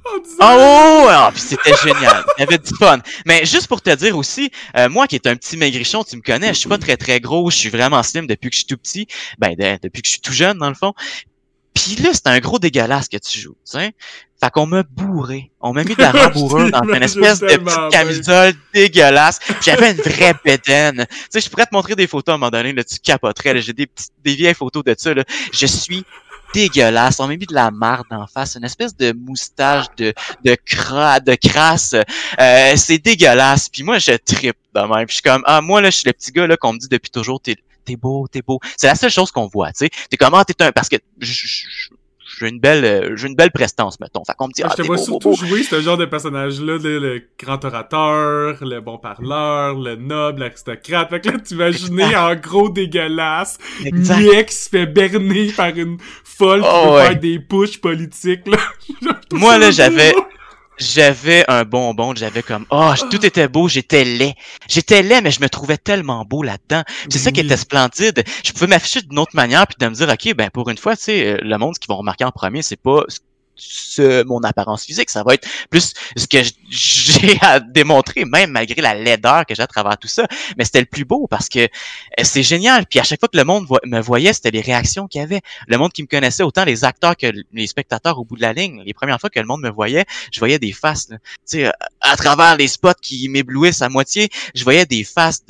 Puis c'était génial. Il y avait du fun. Mais juste pour te dire aussi, moi qui est un petit maigrichon, tu me connais, je suis pas très très gros, je suis vraiment slim depuis que je suis tout petit. Depuis que je suis tout jeune dans le fond. Puis là, c'est un gros dégueulasse que tu joues, tu sais. Fait qu'on m'a bourré. On m'a mis de la rembourrure dans une espèce de petite camisole dégueulasse. J'avais une vraie bédaine. Tu sais, je pourrais te montrer des photos à un moment donné, là, tu capoterais, là. J'ai des vieilles photos de ça, là. Je suis dégueulasse. On m'a mis de la marde en face, une espèce de moustache de crasse. C'est dégueulasse. Puis moi, je trippe de même. Puis je suis comme, moi, là, je suis le petit gars, là, qu'on me dit depuis toujours, t'es beau. C'est la seule chose qu'on voit, tu sais. T'es comment, parce que j'ai une belle prestance, mettons. Fait qu'on me dit, je te vois surtout jouer ce genre de personnage-là, le grand orateur, le bon parleur, le noble, l'aristocrate. Fait que là, t'imagines en gros dégueulasse, niais qui se fait berner par une folle qui veut faire des pushs politiques, là. Moi, là, j'avais un bonbon, j'avais comme, tout était beau, j'étais laid, mais je me trouvais tellement beau là-dedans. C'est ça qui était splendide. Je pouvais m'afficher d'une autre manière puis de me dire, OK, ben, pour une fois, tu sais, le monde, ce qu'ils vont remarquer en premier, c'est pas mon apparence physique, ça va être plus ce que j'ai à démontrer, même malgré la laideur que j'ai à travers tout ça. Mais c'était le plus beau parce que c'est génial. Puis à chaque fois que le monde me voyait, c'était les réactions qu'il y avait. Le monde qui me connaissait, autant les acteurs que les spectateurs au bout de la ligne. Les premières fois que le monde me voyait, je voyais des faces, tu sais, à travers les spots qui m'éblouissent à moitié, je voyais des faces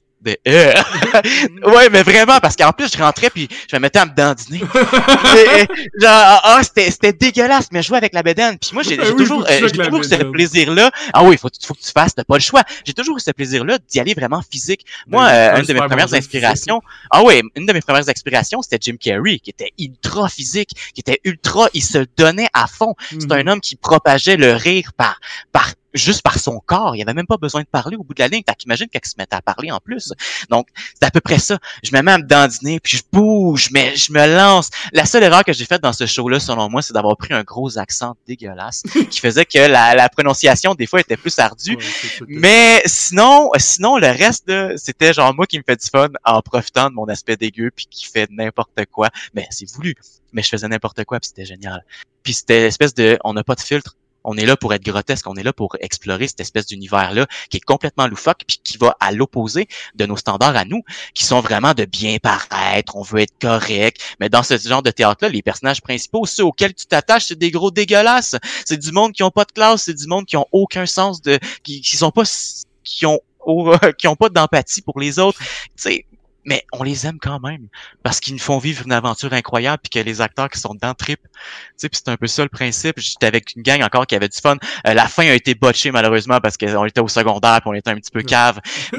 ouais, mais vraiment, parce qu'en plus, je rentrais puis je me mettais à me dandiner. Genre, c'était dégueulasse, mais je jouais avec la bédaine. Puis moi, j'ai toujours eu ce plaisir-là. Ah oui, faut que tu fasses, t'as pas le choix. J'ai toujours eu ce plaisir-là d'y aller vraiment physique. Moi, une de mes premières inspirations, c'était Jim Carrey, qui était ultra physique, il se donnait à fond. C'est un homme qui propageait le rire par juste par son corps. Il avait même pas besoin de parler au bout de la ligne. Fait qu'imagine quand il se mettait à parler en plus. Donc, c'est à peu près ça. Je me mets à me dandiner, puis je bouge, mais je me lance. La seule erreur que j'ai faite dans ce show-là, selon moi, c'est d'avoir pris un gros accent dégueulasse qui faisait que la prononciation, des fois, était plus ardue. Ouais, Mais sinon, le reste, là, c'était genre moi qui me fais du fun en profitant de mon aspect dégueu puis qui fait n'importe quoi. Mais c'est voulu. Mais je faisais n'importe quoi puis c'était génial. Puis c'était l'espèce de, on n'a pas de filtre. On est là pour être grotesque, on est là pour explorer cette espèce d'univers-là qui est complètement loufoque puis qui va à l'opposé de nos standards à nous, qui sont vraiment de bien paraître, on veut être correct. Mais dans ce genre de théâtre-là, les personnages principaux, ceux auxquels tu t'attaches, c'est des gros dégueulasses. C'est du monde qui ont pas de classe, c'est du monde qui ont aucun sens de, qui sont pas, qui ont pas d'empathie pour les autres. Tu sais, mais on les aime quand même parce qu'ils nous font vivre une aventure incroyable puis que les acteurs qui sont dedans trippent. Tu sais, puis c'est un peu ça le principe. J'étais avec une gang encore qui avait du fun. La fin a été botchée malheureusement parce qu'on était au secondaire puis on était un petit peu cave.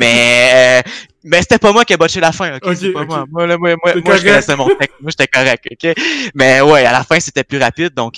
Mais c'était pas moi qui ai botché la fin, ok? C'est pas moi. Moi, je connaissais mon texte. Moi, j'étais correct, ok? Mais ouais, à la fin, c'était plus rapide, donc,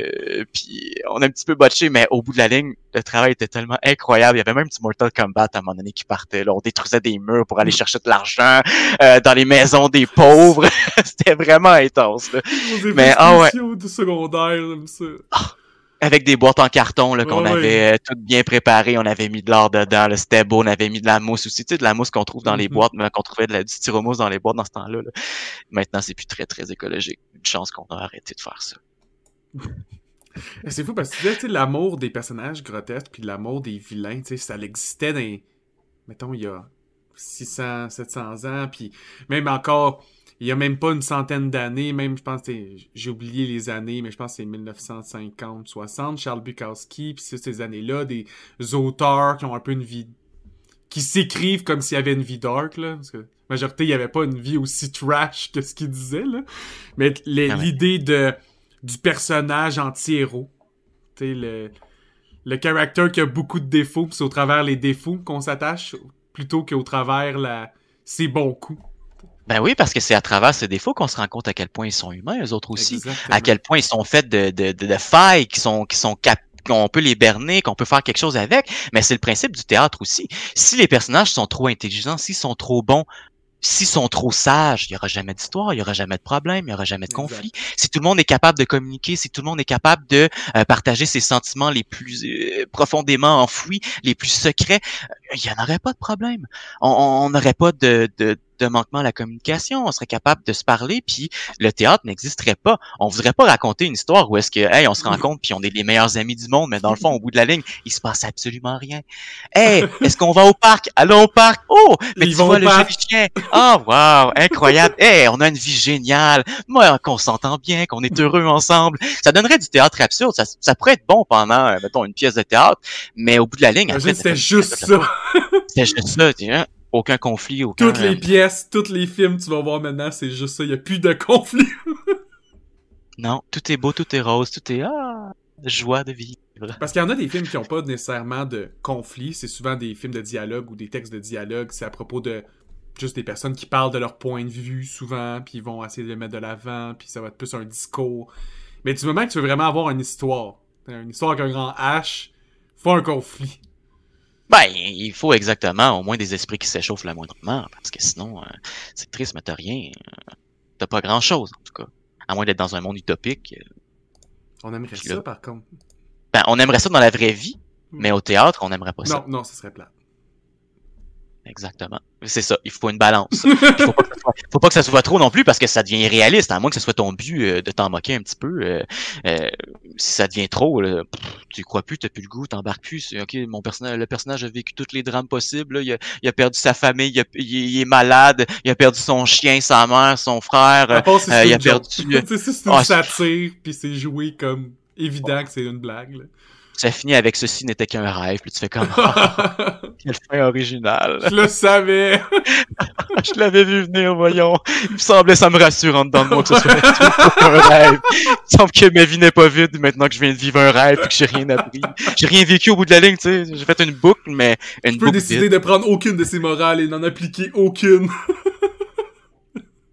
puis on a un petit peu botché, mais au bout de la ligne, le travail était tellement incroyable. Il y avait même du Mortal Kombat à un moment donné qui partait, là. On détruisait des murs pour aller chercher de l'argent, dans les maisons des pauvres. C'était vraiment intense, là. Mais, ouais. De secondaire, comme ça. Avec des boîtes en carton là qu'on avait toutes bien préparées, on avait mis de l'or dedans, là, c'était beau, on avait mis de la mousse aussi, tu sais, de la mousse qu'on trouve dans les boîtes, mais qu'on trouvait du styromousse dans les boîtes dans ce temps-là. Là. Maintenant, c'est plus très, très écologique. Une chance qu'on a arrêté de faire ça. C'est fou parce que tu sais, l'amour des personnages grotesques puis l'amour des vilains, tu sais, ça existait dans, mettons, il y a 600, 700 ans, puis même encore... Il y a même pas une centaine d'années, même, je pense, j'ai oublié les années, mais je pense que c'est 1950, 60, Charles Bukowski, puis c'est ces années-là, des auteurs qui ont un peu une vie, qui s'écrivent comme s'il y avait une vie dark, là, parce que la majorité, il y avait pas une vie aussi trash que ce qu'ils disaient, là, mais l'idée du personnage anti-héros, tu sais, le caractère qui a beaucoup de défauts, puis c'est au travers les défauts qu'on s'attache, plutôt qu'au travers ses bons coups. Ben oui, parce que c'est à travers ces défauts qu'on se rend compte à quel point ils sont humains, eux autres aussi. Exactement. À quel point ils sont faits de failles qu'on peut les berner, qu'on peut faire quelque chose avec. Mais c'est le principe du théâtre aussi. Si les personnages sont trop intelligents, s'ils sont trop bons, s'ils sont trop sages, il n'y aura jamais d'histoire, il n'y aura jamais de problème, il n'y aura jamais de conflit. Si tout le monde est capable de communiquer, si tout le monde est capable de partager ses sentiments les plus profondément enfouis, les plus secrets, il n'y en aurait pas de problème. On n'aurait pas de manquement à la communication, on serait capable de se parler, puis le théâtre n'existerait pas. On voudrait pas raconter une histoire où est-ce que, hey, on se rencontre puis on est les meilleurs amis du monde, mais dans le fond, au bout de la ligne, il se passe absolument rien. Hey, est-ce qu'on va au parc? Allons au parc! Oh, mais tu vois le joli chien! Oh, wow, incroyable! Hey, on a une vie géniale! Moi, qu'on s'entend bien, qu'on est heureux ensemble. Ça donnerait du théâtre absurde. Ça pourrait être bon pendant, mettons, une pièce de théâtre, mais au bout de la ligne... Après, c'était juste ça! C'était juste ça, tu sais. Aucun conflit, aucun... Toutes les pièces, tous les films, tu vas voir maintenant, c'est juste ça. Il n'y a plus de conflit. Non, tout est beau, tout est rose, tout est... joie de vivre. Parce qu'il y en a des films qui n'ont pas nécessairement de conflit. C'est souvent des films de dialogue ou des textes de dialogue. C'est à propos de juste des personnes qui parlent de leur point de vue, souvent, puis ils vont essayer de le mettre de l'avant, puis ça va être plus un discours. Mais du moment que tu veux vraiment avoir une histoire avec un grand H, faut un conflit. Ben, il faut exactement au moins des esprits qui s'échauffent la moindrement, parce que sinon, c'est triste, mais t'as rien. T'as pas grand-chose, en tout cas. À moins d'être dans un monde utopique. On aimerait ça, par contre. Ben, on aimerait ça dans la vraie vie, mais au théâtre, on aimerait pas ça. Non, ça serait plate. Exactement. C'est ça, il faut une balance. Faut pas que ça soit trop non plus parce que ça devient irréaliste, à moins que ce soit ton but de t'en moquer un petit peu. Si ça devient trop, là, tu crois plus, t'as plus le goût, t'embarques plus. Ok, le personnage a vécu tous les drames possibles. Là, il a perdu sa famille, il est malade, il a perdu son chien, sa mère, son frère. Il a perdu. C'est une satire, puis c'est joué comme évident que c'est une blague. Là. Ça finit avec ceci n'était qu'un rêve, puis tu fais comme quelle fin originale. Je le savais. Je l'avais vu venir, voyons. Il me semblait, ça me rassure en dedans de moi que ce soit un rêve. Il me semble que ma vie n'est pas vide maintenant que je viens de vivre un rêve et que j'ai rien appris. J'ai rien vécu au bout de la ligne, tu sais. J'ai fait une boucle, mais une boucle. Tu peux décider de prendre aucune de ces morales et n'en appliquer aucune.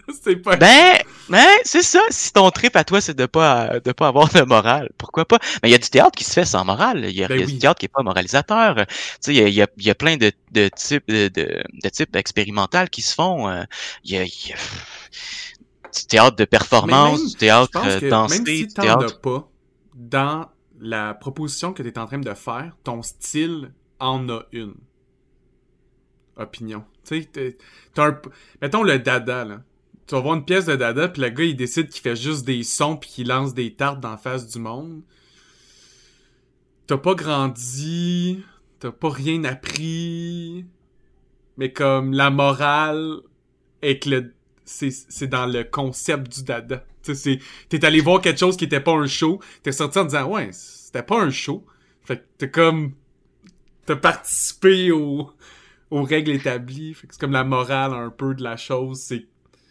C'est pas... Ben, c'est ça. Si ton trip à toi, c'est de pas avoir de morale, pourquoi pas? Mais il y a du théâtre qui se fait sans morale. Il y a du oui. théâtre qui est pas moralisateur. Tu sais, il y a plein de types expérimentaux qui se font. Il y a du théâtre de performance, Même, du je théâtre pense que dansé, même si du t'en as théâtre. pas, dans la proposition que t'es en train de faire, ton style en a une opinion. Tu sais, t'as un... Mettons le dada, là. Tu vas voir une pièce de dada, puis le gars, il décide qu'il fait juste des sons, puis qu'il lance des tartes dans la face du monde. T'as pas grandi, t'as pas rien appris, mais comme la morale est que c'est dans le concept du dada. Tu sais, t'es allé voir quelque chose qui était pas un show, t'es sorti en disant, ouais, c'était pas un show. Fait que t'as participé aux règles établies. Fait que c'est comme la morale un peu de la chose, c'est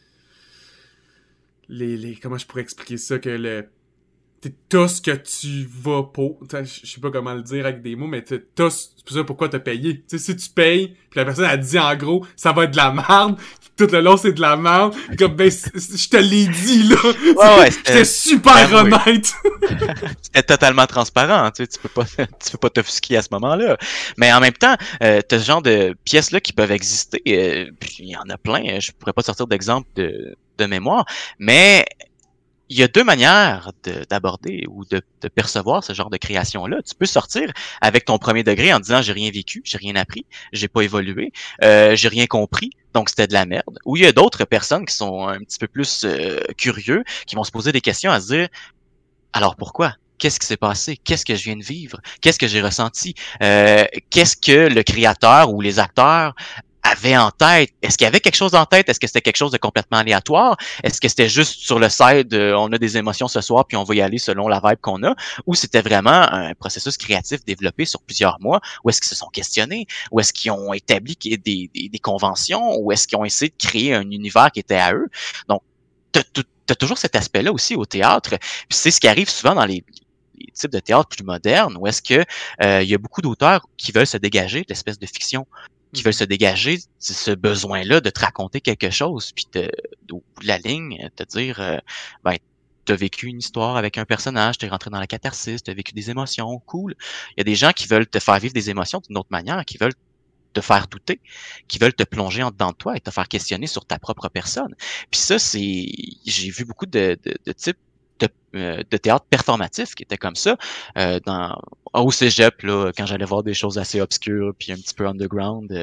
comment je pourrais expliquer ça, que t'as ce que tu vas pour. Je sais pas comment le dire avec des mots, mais c'est pour ça pourquoi t'as payé. Tu sais, si tu payes, puis la personne a dit en gros, ça va être de la merde, tout le long c'est de la merde, comme ben je te l'ai dit là. Ouais, j'étais super honnête. C'était totalement transparent, tu sais, tu peux pas t'offusquer à ce moment-là. Mais en même temps, t'as ce genre de pièces là qui peuvent exister, puis il y en a plein, je pourrais pas sortir d'exemple de mémoire, mais il y a deux manières d'aborder ou de percevoir ce genre de création-là. Tu peux sortir avec ton premier degré en disant j'ai rien vécu, j'ai rien appris, j'ai pas évolué, j'ai rien compris, donc c'était de la merde. Ou il y a d'autres personnes qui sont un petit peu plus curieux, qui vont se poser des questions à se dire alors pourquoi? Qu'est-ce qui s'est passé? Qu'est-ce que je viens de vivre? Qu'est-ce que j'ai ressenti? Qu'est-ce que le créateur ou les acteurs avaient en tête? Est-ce qu'il y avait quelque chose en tête? Est-ce que c'était quelque chose de complètement aléatoire? Est-ce que c'était juste sur le side, on a des émotions ce soir puis on va y aller selon la vibe qu'on a? Ou c'était vraiment un processus créatif développé sur plusieurs mois? Ou est-ce qu'ils se sont questionnés? Ou est-ce qu'ils ont établi des conventions? Ou est-ce qu'ils ont essayé de créer un univers qui était à eux? Donc, t'as toujours cet aspect-là aussi au théâtre. Puis c'est ce qui arrive souvent dans les types de théâtre plus modernes, où est-ce que il y a beaucoup d'auteurs qui veulent se dégager de l'espèce de fiction, qui veulent se dégager de ce besoin-là de te raconter quelque chose, puis au bout de la ligne, te dire, ben, t'as vécu une histoire avec un personnage, t'es rentré dans la catharsis, t'as vécu des émotions, cool. Il y a des gens qui veulent te faire vivre des émotions d'une autre manière, qui veulent te faire douter, qui veulent te plonger en dedans de toi et te faire questionner sur ta propre personne. Puis ça, j'ai vu beaucoup de types de théâtre performatif qui étaient comme ça au cégep là, quand j'allais voir des choses assez obscures puis un petit peu underground.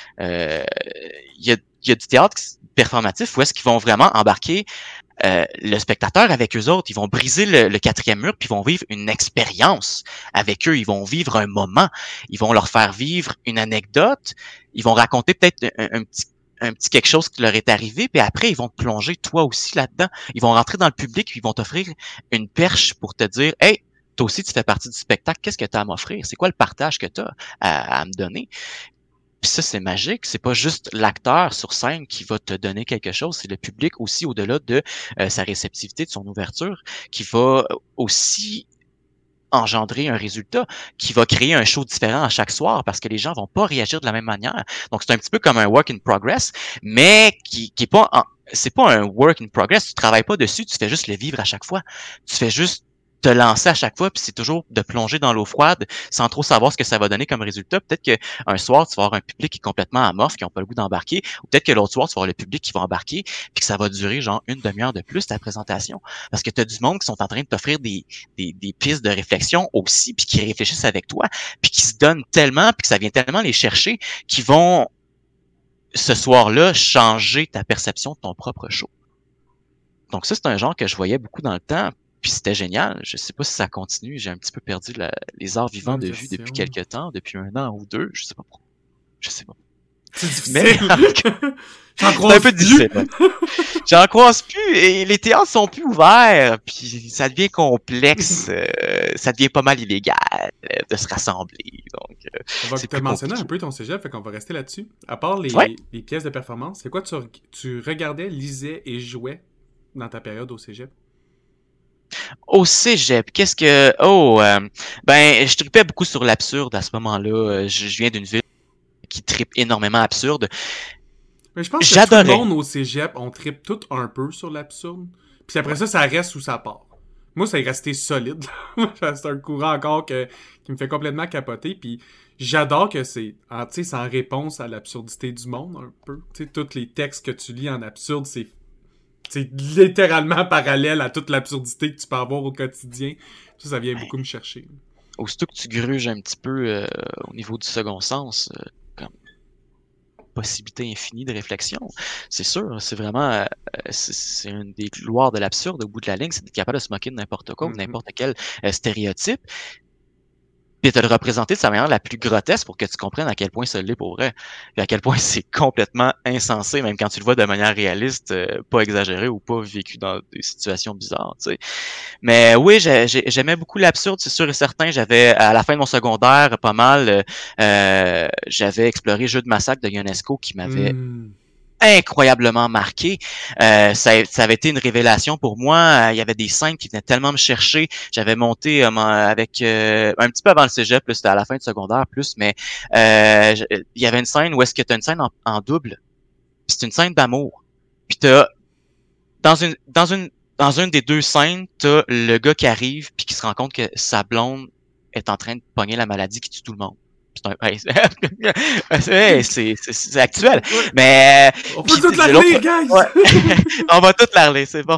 Il y a du théâtre performatif où est-ce qu'ils vont vraiment embarquer le spectateur avec eux autres, ils vont briser le quatrième mur, puis ils vont vivre une expérience avec eux, ils vont vivre un moment, ils vont leur faire vivre une anecdote, ils vont raconter peut-être un petit quelque chose qui leur est arrivé, puis après, ils vont te plonger toi aussi là-dedans. Ils vont rentrer dans le public, puis ils vont t'offrir une perche pour te dire « Hey, toi aussi, tu fais partie du spectacle, qu'est-ce que tu as à m'offrir? C'est quoi le partage que tu as à me donner? » Puis ça, c'est magique. C'est pas juste l'acteur sur scène qui va te donner quelque chose, c'est le public aussi, au-delà de sa réceptivité, de son ouverture, qui va aussi engendrer un résultat, qui va créer un show différent à chaque soir parce que les gens vont pas réagir de la même manière. Donc, c'est un petit peu comme un work in progress, mais qui est pas c'est pas un work in progress. Tu travailles pas dessus, tu fais juste le vivre à chaque fois. Tu fais juste te lancer à chaque fois, puis c'est toujours de plonger dans l'eau froide sans trop savoir ce que ça va donner comme résultat. Peut-être qu'un soir, tu vas avoir un public qui est complètement amorphe, qui n'ont pas le goût d'embarquer, ou peut-être que l'autre soir, tu vas avoir le public qui va embarquer, puis que ça va durer genre une demi-heure de plus ta présentation. Parce que tu as du monde qui sont en train de t'offrir des pistes de réflexion aussi, puis qui réfléchissent avec toi, puis qui se donnent tellement, puis que ça vient tellement les chercher, qui vont, ce soir-là, changer ta perception de ton propre show. Donc ça, c'est un genre que je voyais beaucoup dans le temps, puis c'était génial. Je sais pas si ça continue. J'ai un petit peu perdu les arts vivants de vue depuis quelques temps, depuis 1 an ou 2. Je sais pas pourquoi. Je sais pas. C'est difficile. Mais c'est un peu difficile. J'en croise plus et les théâtres sont plus ouverts, puis ça devient complexe. Ça devient pas mal illégal de se rassembler. Donc, on va te mentionner un peu ton cégep, fait qu'on va rester là-dessus. À part les pièces de performance, c'est quoi tu regardais, lisais et jouais dans ta période au cégep? Au cégep, qu'est-ce que... ben, je tripais beaucoup sur l'absurde à ce moment-là. Je viens d'une ville qui tripe énormément absurde. Mais je pense que tout le J'adorais. monde au cégep, on tripe tout un peu sur l'absurde. Puis après ça reste ou ça part. Moi, ça est resté solide. C'est un courant encore qui me fait complètement capoter. Puis j'adore que c'est en réponse à l'absurdité du monde, un peu. Tu sais, tous les textes que tu lis en absurde, c'est littéralement parallèle à toute l'absurdité que tu peux avoir au quotidien. Ça vient beaucoup me chercher. Aussitôt que tu gruges un petit peu au niveau du second sens, comme possibilité infinie de réflexion, c'est sûr, c'est vraiment, c'est une des gloires de l'absurde au bout de la ligne, c'est d'être capable de se moquer de n'importe quoi ou n'importe quel stéréotype, puis de le représenter de sa manière la plus grotesque pour que tu comprennes à quel point ça l'est pour vrai, et à quel point c'est complètement insensé, même quand tu le vois de manière réaliste, pas exagéré ou pas vécu dans des situations bizarres, tu sais. Mais oui, j'aimais beaucoup l'absurde, c'est sûr et certain. J'avais, à la fin de mon secondaire, pas mal, j'avais exploré Jeu de massacre de Ionesco qui m'avait incroyablement marqué. Ça avait été une révélation pour moi. Il y avait des scènes qui venaient tellement me chercher. J'avais monté avec un petit peu avant le cégep, c'était à la fin du secondaire plus, mais il y avait une scène où est-ce que tu as une scène en double. Puis c'est une scène d'amour. Puis t'as dans une des deux scènes, t'as le gars qui arrive puis qui se rend compte que sa blonde est en train de pogner la maladie qui tue tout le monde. C'est actuel. Mais on peut tout la relire, guys! Ouais. On va tout la relire, c'est bon.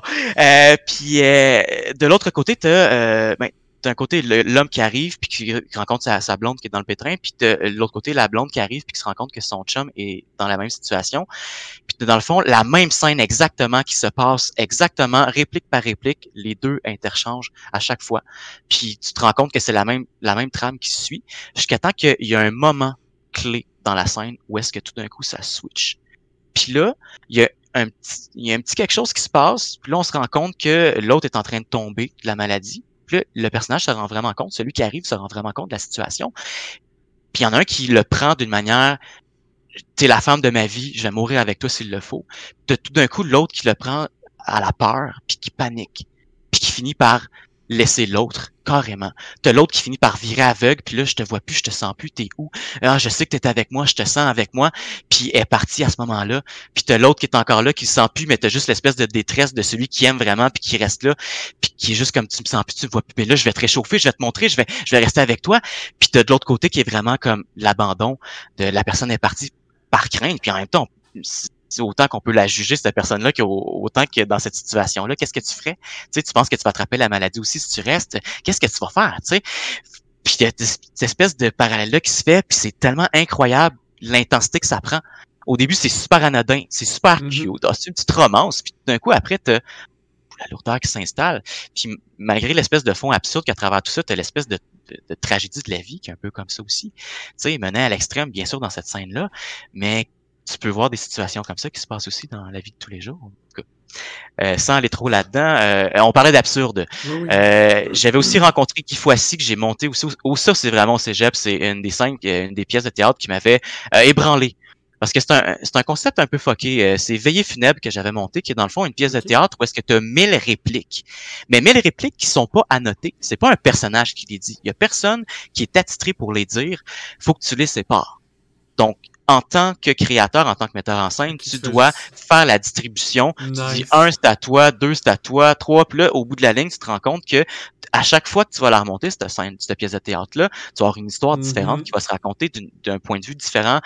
Puis de l'autre côté, t'as d'un côté l'homme qui arrive puis qui rencontre sa blonde qui est dans le pétrin, puis de l'autre côté la blonde qui arrive puis qui se rend compte que son chum est dans la même situation. Puis dans le fond, la même scène exactement qui se passe exactement réplique par réplique, les deux interchangent à chaque fois. Puis tu te rends compte que c'est la même trame qui suit jusqu'à temps qu'il y a un moment clé dans la scène où est-ce que tout d'un coup ça switch. Puis là, il y a un petit quelque chose qui se passe, puis là on se rend compte que l'autre est en train de tomber de la maladie. Puis là, le personnage se rend vraiment compte, celui qui arrive se rend vraiment compte de la situation. Puis il y en a un qui le prend d'une manière, t'es la femme de ma vie, je vais mourir avec toi s'il le faut. T'as tout d'un coup l'autre qui le prend à la peur, puis qui panique, puis qui finit par laisser l'autre, carrément. T'as l'autre qui finit par virer aveugle, puis là, je te vois plus, je te sens plus, t'es où? Ah, je sais que t'es avec moi, je te sens avec moi, puis elle est partie à ce moment-là. Puis t'as l'autre qui est encore là, qui le sent plus, mais t'as juste l'espèce de détresse de celui qui aime vraiment, puis qui reste là, puis qui est juste comme tu me sens plus, tu me vois plus, mais là, je vais te réchauffer, je vais te montrer, je vais rester avec toi. Puis t'as de l'autre côté qui est vraiment comme l'abandon de la personne est partie par crainte, puis en même temps, c'est autant qu'on peut la juger, cette personne-là, autant que dans cette situation-là, qu'est-ce que tu ferais? Tu sais, tu penses que tu vas attraper la maladie aussi si tu restes, qu'est-ce que tu vas faire, tu sais? Puis il y a cette espèce de parallèle-là qui se fait, puis c'est tellement incroyable l'intensité que ça prend. Au début, c'est super anodin, c'est super cute, c'est une petite romance, puis d'un coup, après, t'as la lourdeur qui s'installe. Puis malgré l'espèce de fond absurde qu'à travers tout ça, t'as l'espèce de tragédie de la vie qui est un peu comme ça aussi. Tu sais, mené à l'extrême, bien sûr, dans cette scène-là, mais tu peux voir des situations comme ça qui se passent aussi dans la vie de tous les jours. En tout cas. Sans aller trop là-dedans, on parlait d'absurde. Oui. J'avais aussi rencontré Guy Foissy que j'ai monté aussi. Ça, c'est vraiment au cégep. C'est une des scènes, une des pièces de théâtre qui m'avait ébranlé. Parce que c'est un concept un peu fucké. C'est Veillée funèbre que j'avais monté, qui est dans le fond une pièce de théâtre où est-ce que tu as 1000 répliques. Mais 1000 répliques qui sont pas annotées. C'est pas un personnage qui les dit. Il y a personne qui est attitré pour les dire. Faut que tu les sépares. Donc, en tant que créateur, en tant que metteur en scène, tu dois faire la distribution. Nice. Tu dis 1, c'est à toi, 2, c'est à toi, 3, puis là, au bout de la ligne, tu te rends compte que à chaque fois que tu vas la remonter, cette scène, cette pièce de théâtre-là, tu vas avoir une histoire différente qui va se raconter d'un point de vue différent.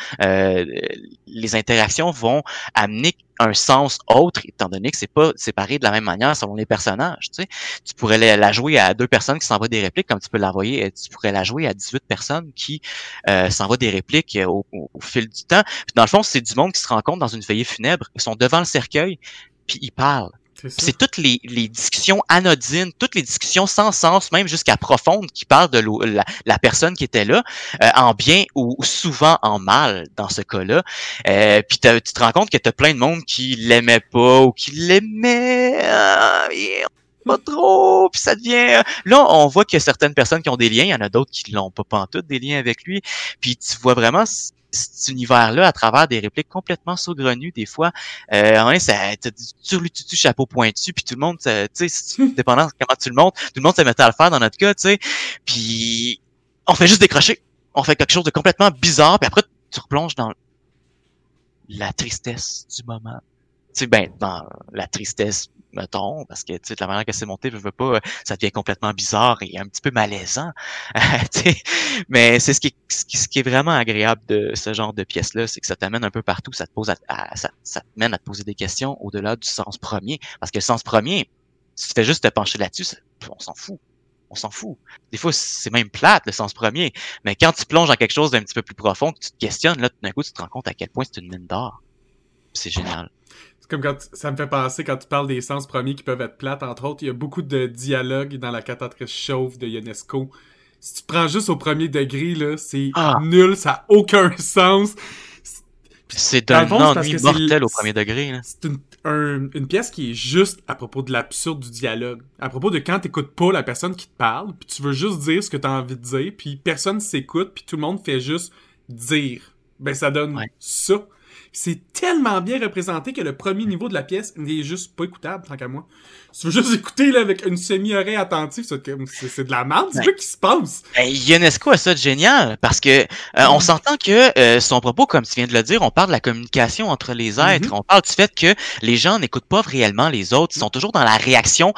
Les interactions vont amener un sens autre, étant donné que c'est pas séparé de la même manière selon les personnages. Tu sais, tu pourrais la jouer à 2 personnes qui s'envoient des répliques, comme tu peux tu pourrais la jouer à 18 personnes qui s'envoient des répliques au fil du temps. Puis dans le fond, c'est du monde qui se rencontre dans une veillée funèbre, ils sont devant le cercueil, puis ils parlent. C'est toutes les discussions anodines, toutes les discussions sans sens, même jusqu'à profondes, qui parlent de la personne qui était là, en bien ou souvent en mal dans ce cas-là. Puis tu te rends compte que t'as plein de monde qui l'aimait pas ou qui l'aimait pas trop, puis ça devient... Là, on voit qu'il y a certaines personnes qui ont des liens, il y en a d'autres qui l'ont pas pantoute, des liens avec lui, puis tu vois vraiment cet univers-là à travers des répliques complètement saugrenues des fois. Ça t'as du turlututu chapeau pointu, puis tout le monde, tu sais, dépendant de comment tu le montres, tout le monde se mettait à le faire dans notre cas, tu sais. Puis on fait juste décrocher. On fait quelque chose de complètement bizarre, puis après tu replonges dans la tristesse du moment. Tu sais, ben, dans la tristesse, mettons, parce que, tu sais, de la manière que c'est monté, je veux pas, ça devient complètement bizarre et un petit peu malaisant. Tu sais, mais c'est ce qui est vraiment agréable de ce genre de pièce-là, c'est que ça t'amène un peu partout, ça te pose ça te mène à te poser des questions au-delà du sens premier. Parce que le sens premier, si tu fais juste te pencher là-dessus, on s'en fout. On s'en fout. Des fois, c'est même plate, le sens premier. Mais quand tu plonges dans quelque chose d'un petit peu plus profond, que tu te questionnes, là, tout d'un coup, tu te rends compte à quel point c'est une mine d'or. C'est génial. C'est comme ça me fait penser quand tu parles des sens premiers qui peuvent être plates, entre autres, il y a beaucoup de dialogues dans la cantatrice chauve de Ionesco. Si tu prends juste au premier degré, là, c'est nul, ça n'a aucun sens. C'est d'un ennui mortel au premier degré. Là. C'est une pièce qui est juste à propos de l'absurde du dialogue. À propos de quand t'écoutes pas la personne qui te parle, puis tu veux juste dire ce que t'as envie de dire, puis personne s'écoute, puis tout le monde fait juste dire. Ben ça donne ça. C'est tellement bien représenté que le premier niveau de la pièce n'est juste pas écoutable, tant qu'à moi. Si tu veux juste écouter là, avec une semi-oreille attentive, c'est de la merde, c'est quoi qui se passe? Ionesco a ça de génial, parce que on s'entend que son propos, comme tu viens de le dire, on parle de la communication entre les êtres, on parle du fait que les gens n'écoutent pas réellement les autres, ils sont toujours dans la réaction.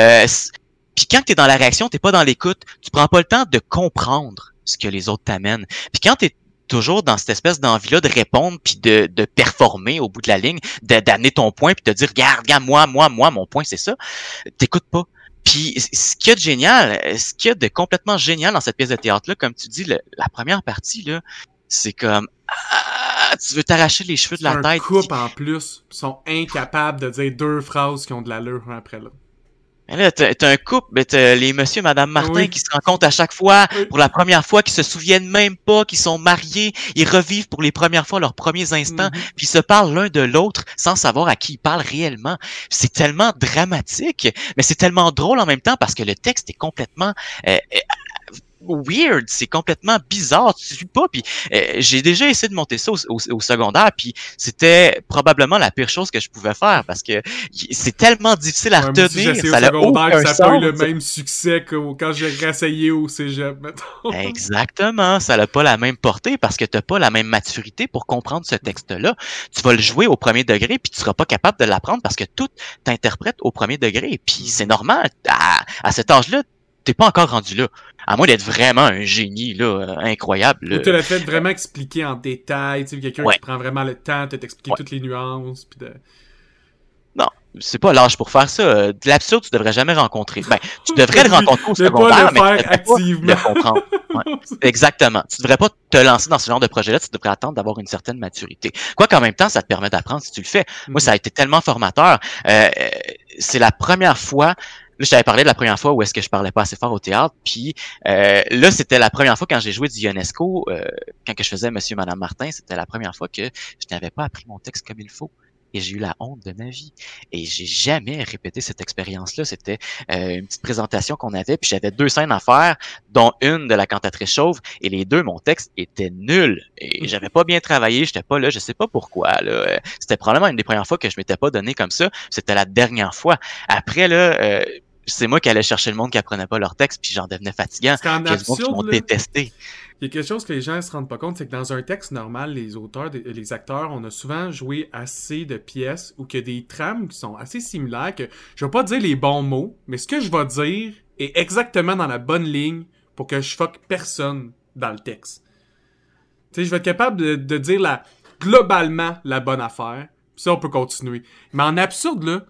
Puis quand t'es dans la réaction, t'es pas dans l'écoute, tu prends pas le temps de comprendre ce que les autres t'amènent. Puis quand t'es toujours dans cette espèce d'envie-là de répondre puis de performer au bout de la ligne, d'amener ton point puis de dire regarde, moi, mon point c'est ça. T'écoutes pas. Puis ce qu'il y a de génial, ce qu'il y a de complètement génial dans cette pièce de théâtre-là, comme tu dis, la première partie, là, c'est comme tu veux t'arracher les cheveux de la tête. Couple en plus, ils sont incapables de dire deux phrases qui ont de l'allure un après l'autre. Là, t'as un couple, ben t'as les monsieur et madame Martin qui se rencontrent à chaque fois, pour la première fois, qui se souviennent même pas qu'ils sont mariés, ils revivent pour les premières fois leurs premiers instants, puis ils se parlent l'un de l'autre sans savoir à qui ils parlent réellement. C'est tellement dramatique, mais c'est tellement drôle en même temps parce que le texte est complètement weird, c'est complètement bizarre, tu suis pas, puis j'ai déjà essayé de monter ça au secondaire, puis c'était probablement la pire chose que je pouvais faire, parce que c'est tellement difficile à retenir, ça n'a aucun sens. Ça n'a pas eu le même succès que quand j'ai réessayé au cégep, mettons. Exactement, ça n'a pas la même portée, parce que t'as pas la même maturité pour comprendre ce texte-là. Tu vas le jouer au premier degré, puis tu seras pas capable de l'apprendre, parce que tout t'interprète au premier degré, puis c'est normal, à cet âge-là, t'es pas encore rendu là. À moins d'être vraiment un génie, là, incroyable. Ou tu l'as fait vraiment expliquer en détail, tu sais, quelqu'un qui prend vraiment le temps de t'expliquer toutes les nuances, puis de... Non, c'est pas l'âge pour faire ça. De l'absurde, tu devrais jamais rencontrer. Ben, tu devrais le rencontrer au secondaire, mais tu devrais pas le comprendre. Ouais. Exactement. Tu devrais pas te lancer dans ce genre de projet-là, tu devrais attendre d'avoir une certaine maturité. Quoi qu'en même temps, ça te permet d'apprendre si tu le fais. Moi, ça a été tellement formateur. C'est la première fois... Là, je t'avais parlé de la première fois où est-ce que je parlais pas assez fort au théâtre, puis là, c'était la première fois quand j'ai joué du Ionesco, quand que je faisais Monsieur et Madame Martin, c'était la première fois que je n'avais pas appris mon texte comme il faut. Et j'ai eu la honte de ma vie. Et j'ai jamais répété cette expérience-là. C'était une petite présentation qu'on avait, puis j'avais 2 scènes à faire, dont une de la cantatrice chauve, et les deux, mon texte était nul. Et j'avais pas bien travaillé, j'étais pas là, je sais pas pourquoi. Là. C'était probablement une des premières fois que je m'étais pas donné comme ça. C'était la dernière fois. Après, là... c'est moi qui allais chercher le monde qui apprenait pas leur texte, puis j'en devenais fatigant. Parce qu'en absurde, qui m'ont détesté. Il y a quelque chose que les gens ne se rendent pas compte, c'est que dans un texte normal, les auteurs, les acteurs, on a souvent joué assez de pièces où il y a des trames qui sont assez similaires, que je vais pas dire les bons mots, mais ce que je vais dire est exactement dans la bonne ligne pour que je fuck personne dans le texte. Tu sais, je vais être capable de dire globalement la bonne affaire, puis ça, on peut continuer. Mais en absurde, là,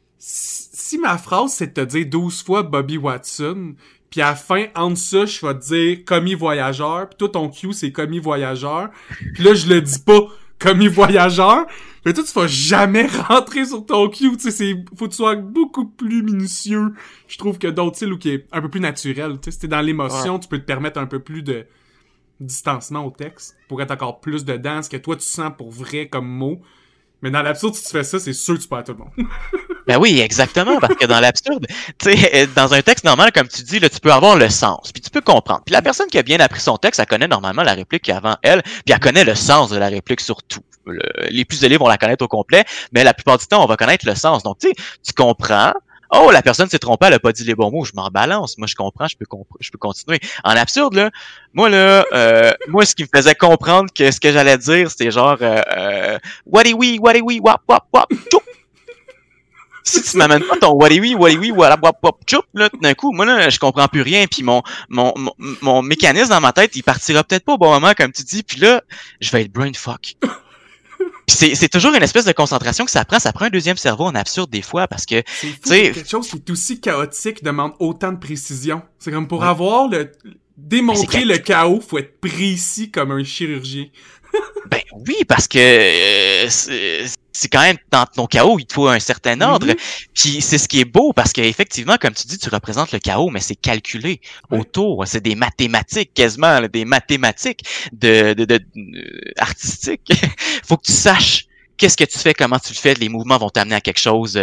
si ma phrase, c'est de te dire 12 fois Bobby Watson, puis à la fin, entre ça, je vais te dire commis voyageur, puis toi, ton cue, c'est commis voyageur, puis là, je le dis pas commis voyageur, mais toi, tu vas jamais rentrer sur ton cue, tu sais, faut que tu sois beaucoup plus minutieux, je trouve, que d'autres styles, ou qui est un peu plus naturel, tu sais, si t'es dans l'émotion, tu peux te permettre un peu plus de distancement au texte, pour être encore plus dedans, ce que toi, tu sens pour vrai comme mot, mais dans l'absurde, si tu fais ça, c'est sûr que tu perds tout le monde. Ben oui, exactement, parce que dans l'absurde, tu sais, dans un texte normal, comme tu dis, là, tu peux avoir le sens, puis tu peux comprendre. Puis la personne qui a bien appris son texte, elle connaît normalement la réplique avant elle, puis elle connaît le sens de la réplique surtout. Les plus élevés vont la connaître au complet, mais la plupart du temps, on va connaître le sens. Donc, tu sais, tu comprends, oh, la personne s'est trompée, elle a pas dit les bons mots, je m'en balance. Moi, je comprends, je peux continuer. En absurde, là, moi, ce qui me faisait comprendre que ce que j'allais dire, c'était genre, what oui, wap, wap, wap, tchoup. Si tu m'amènes pas ton what oui, wap, wap, wap, tchoup, là, d'un coup, moi, là, je comprends plus rien, puis mon mécanisme dans ma tête, il partira peut-être pas au bon moment, comme tu dis, puis là, je vais être brain fuck. C'est toujours une espèce de concentration que ça prend un deuxième cerveau en absurde des fois parce que c'est fou que quelque chose qui est aussi chaotique demande autant de précision. C'est comme pour avoir démontrer le chaos, faut être précis comme un chirurgien. Ben oui, parce que c'est quand même dans ton chaos, il te faut un certain ordre. Puis c'est ce qui est beau parce qu'effectivement, comme tu dis, tu représentes le chaos, mais c'est calculé autour. C'est des mathématiques quasiment, là, des mathématiques artistiques. Faut que tu saches qu'est-ce que tu fais, comment tu le fais. Les mouvements vont t'amener à quelque chose.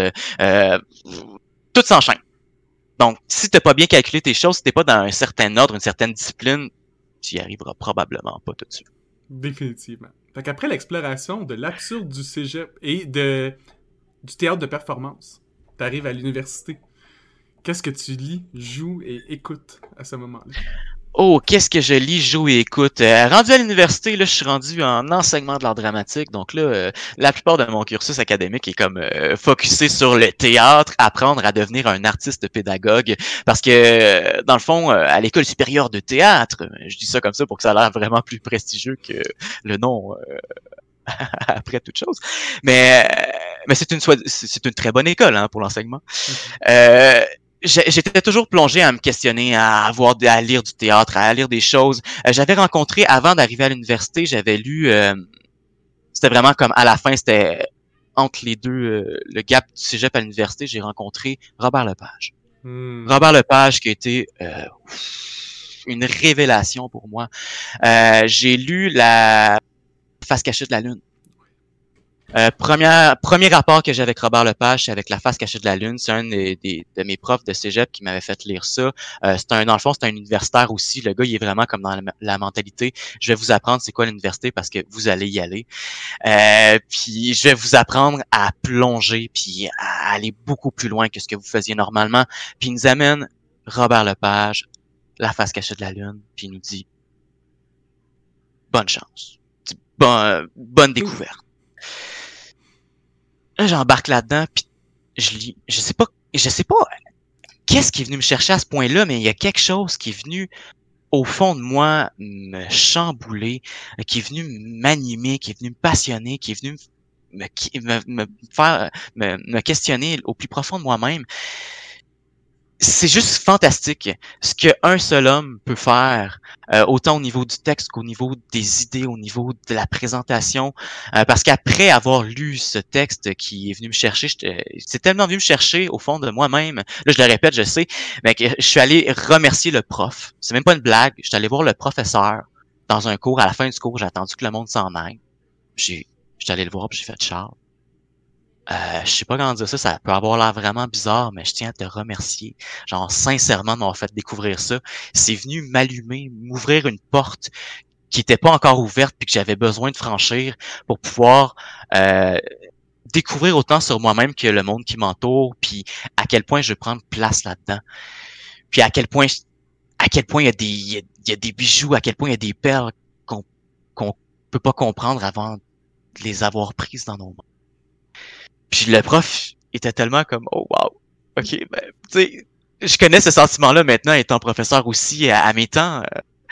Tout s'enchaîne. Donc, si t'as pas bien calculé tes choses, si t'es pas dans un certain ordre, une certaine discipline, tu y arriveras probablement pas tout de suite. Définitivement. Fait qu'après l'exploration de l'absurde du cégep et du théâtre de performance, t'arrives à l'université. Qu'est-ce que tu lis, joues et écoutes à ce moment-là? Oh, qu'est-ce que je lis, joue et écoute. Rendu à l'université, là, je suis rendu en enseignement de l'art dramatique. Donc là, la plupart de mon cursus académique est comme focusé sur le théâtre, apprendre à devenir un artiste pédagogue. Parce que, dans le fond, à l'école supérieure de théâtre, je dis ça comme ça pour que ça a l'air vraiment plus prestigieux que le nom après toute chose. Mais c'est une très bonne école pour l'enseignement. J'étais toujours plongé à me questionner, à lire du théâtre, à lire des choses. J'avais rencontré, avant d'arriver à l'université, j'avais lu, c'était vraiment comme à la fin, c'était entre les deux, le gap du cégep à l'université, j'ai rencontré Robert Lepage. Robert Lepage qui a été une révélation pour moi. J'ai lu La face cachée de la lune. Premier rapport que j'ai avec Robert Lepage, c'est avec La face cachée de la lune. C'est un de mes profs de cégep qui m'avait fait lire ça. Dans le fond, c'est un universitaire aussi. Le gars, il est vraiment comme dans la mentalité. Je vais vous apprendre c'est quoi l'université parce que vous allez y aller. Puis je vais vous apprendre à plonger puis à aller beaucoup plus loin que ce que vous faisiez normalement. Puis il nous amène Robert Lepage, La face cachée de la lune, puis il nous dit bonne chance. Bonne découverte. Là, j'embarque là-dedans, puis je lis. Je sais pas qu'est-ce qui est venu me chercher à ce point-là, mais il y a quelque chose qui est venu au fond de moi me chambouler, qui est venu m'animer, qui est venu me passionner, qui est venu me faire me questionner au plus profond de moi-même. C'est juste fantastique ce qu'un seul homme peut faire, autant au niveau du texte qu'au niveau des idées, au niveau de la présentation. Parce qu'après avoir lu ce texte qui est venu me chercher, c'est tellement venu me chercher au fond de moi-même. Là, je le répète, je sais, mais que je suis allé remercier le prof. C'est même pas une blague. Je suis allé voir le professeur dans un cours. À la fin du cours, j'ai attendu que le monde s'en aille. Je suis allé le voir, puis j'ai fait Charles. Je sais pas comment dire ça, ça peut avoir l'air vraiment bizarre, mais je tiens à te remercier, genre sincèrement de m'avoir fait découvrir ça. C'est venu m'allumer, m'ouvrir une porte qui était pas encore ouverte puis que j'avais besoin de franchir pour pouvoir découvrir autant sur moi-même que le monde qui m'entoure, puis à quel point je vais prendre place là-dedans. Puis à quel point il y a des bijoux, à quel point il y a des perles qu'on peut pas comprendre avant de les avoir prises dans nos mains. Puis le prof était tellement comme « Oh wow, ok, ben, tu sais, je connais ce sentiment-là maintenant étant professeur aussi à mes temps,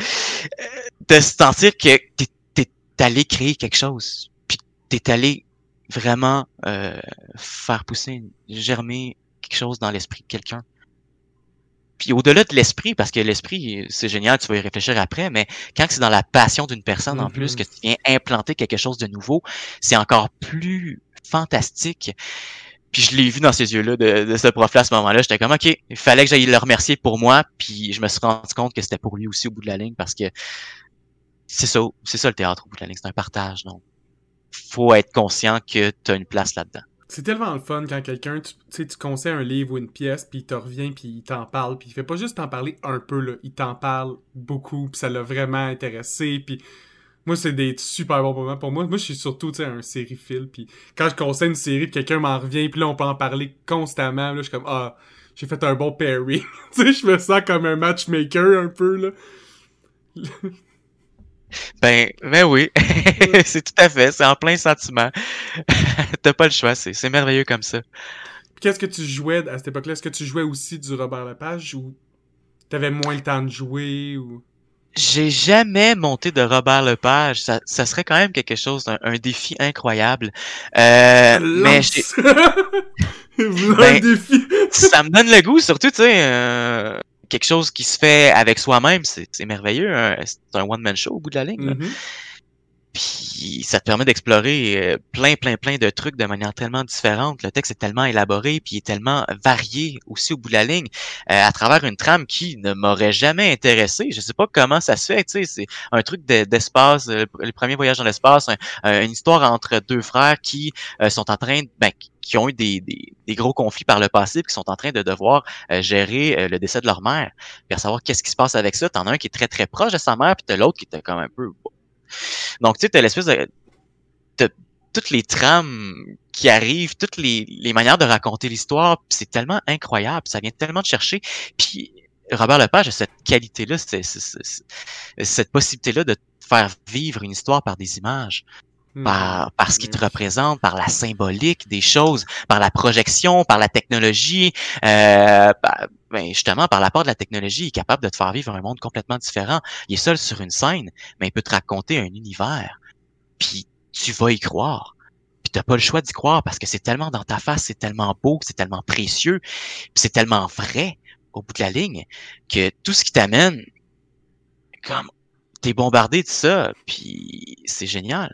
de se sentir que t'es allé créer quelque chose, puis t'es allé vraiment faire pousser, germer quelque chose dans l'esprit de quelqu'un. Puis au-delà de l'esprit, parce que l'esprit, c'est génial, tu vas y réfléchir après, mais quand c'est dans la passion d'une personne en plus, que tu viens implanter quelque chose de nouveau, c'est encore plus fantastique. Puis je l'ai vu dans ces yeux-là de ce prof-là à ce moment-là. J'étais comme, OK, il fallait que j'aille le remercier pour moi. Puis je me suis rendu compte que c'était pour lui aussi au bout de la ligne parce que c'est ça le théâtre au bout de la ligne. C'est un partage. Donc, faut être conscient que tu as une place là-dedans. C'est tellement le fun quand quelqu'un, tu conseilles un livre ou une pièce, puis il te revient, puis il t'en parle, puis il fait pas juste t'en parler un peu, là, il t'en parle beaucoup, puis ça l'a vraiment intéressé, puis Moi, c'est des super bons moments pour moi. Moi, je suis surtout, tu sais, un sériephile, puis quand je conseille une série, puis quelqu'un m'en revient, puis là, on peut en parler constamment, là, je suis comme, ah, j'ai fait un bon pairing. Tu sais, je me sens comme un matchmaker, un peu, là. Ben oui, c'est tout à fait, c'est en plein sentiment. T'as pas le choix, c'est merveilleux comme ça. Puis qu'est-ce que tu jouais à cette époque-là? Est-ce que tu jouais aussi du Robert Lepage, ou t'avais moins le temps de jouer, ou... J'ai jamais monté de Robert Lepage. Ça serait quand même quelque chose, un défi incroyable. Mais j'ai, Lance! Voilà un ben, défi! ça me donne le goût, surtout, tu sais, quelque chose qui se fait avec soi-même, c'est merveilleux. C'est un one-man show au bout de la ligne, là. Mhm. Puis ça te permet d'explorer plein de trucs de manière tellement différente. Le texte est tellement élaboré, puis il est tellement varié aussi au bout de la ligne, à travers une trame qui ne m'aurait jamais intéressé. Je sais pas comment ça se fait, tu sais, c'est un truc d'espace, le premier voyage dans l'espace, une histoire entre deux frères qui sont en train, qui ont eu des gros conflits par le passé, puis qui sont en train de devoir gérer le décès de leur mère, puis à savoir qu'est-ce qui se passe avec ça. T'en as un qui est très proche de sa mère, puis t'as l'autre qui était comme un peu. Donc, tu sais, t'as l'espèce de... toutes les trames qui arrivent, toutes les manières de raconter l'histoire, puis c'est tellement incroyable, ça vient tellement de chercher. Puis Robert Lepage a cette qualité-là, cette possibilité-là de faire vivre une histoire par des images, par ce qui te représente, par la symbolique des choses, par la projection, par la technologie, justement, par l'apport de la technologie, il est capable de te faire vivre un monde complètement différent. Il est seul sur une scène, mais il peut te raconter un univers, puis tu vas y croire. Puis t'as pas le choix d'y croire parce que c'est tellement dans ta face, c'est tellement beau, c'est tellement précieux, puis c'est tellement vrai au bout de la ligne que tout ce qui t'amène, comme t'es bombardé de ça, puis c'est génial.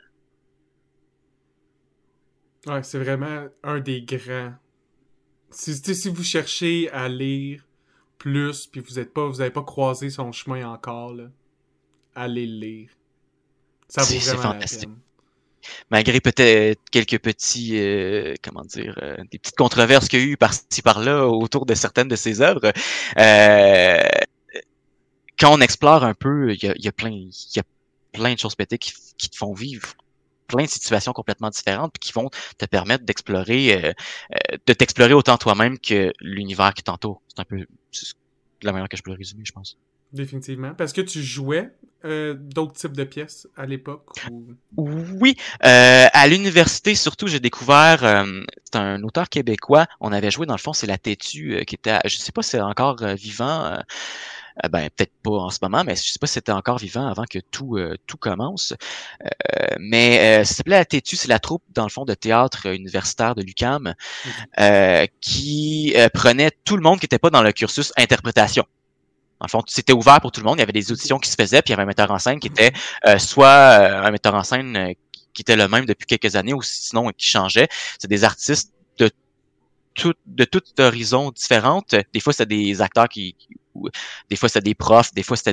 Ouais, c'est vraiment un des grands. Si vous cherchez à lire plus, puis vous avez pas croisé son chemin encore, là, allez le lire. Ça vaut C'est vraiment la fantastique. peine. Malgré peut-être quelques petits, des petites controverses qu'il y a eu par-ci par-là autour de certaines de ses œuvres, euh, quand on explore un peu, il y a plein de choses pétées qui te font vivre plein de situations complètement différentes puis qui vont te permettre de t'explorer autant toi-même que l'univers qui t'entoure. C'est la manière que je peux le résumer, je pense. Définitivement. Parce que tu jouais d'autres types de pièces à l'époque, ou... Oui, à l'université surtout, j'ai découvert, c'est un auteur québécois. On avait joué dans le fond, c'est La Têtue qui était, je sais pas si c'est encore vivant. Peut-être pas en ce moment, mais je sais pas si c'était encore vivant avant que tout commence. Mais ça s'appelait La Têtue, c'est la troupe dans le fond de théâtre universitaire de l'UQAM qui prenait tout le monde qui n'était pas dans le cursus interprétation. En fond, c'était ouvert pour tout le monde. Il y avait des auditions qui se faisaient, puis il y avait un metteur en scène qui était soit un metteur en scène qui était le même depuis quelques années, ou sinon qui changeait. C'est des artistes de tout horizon différentes. Des fois, c'était des acteurs des fois, c'était des profs, des fois, c'était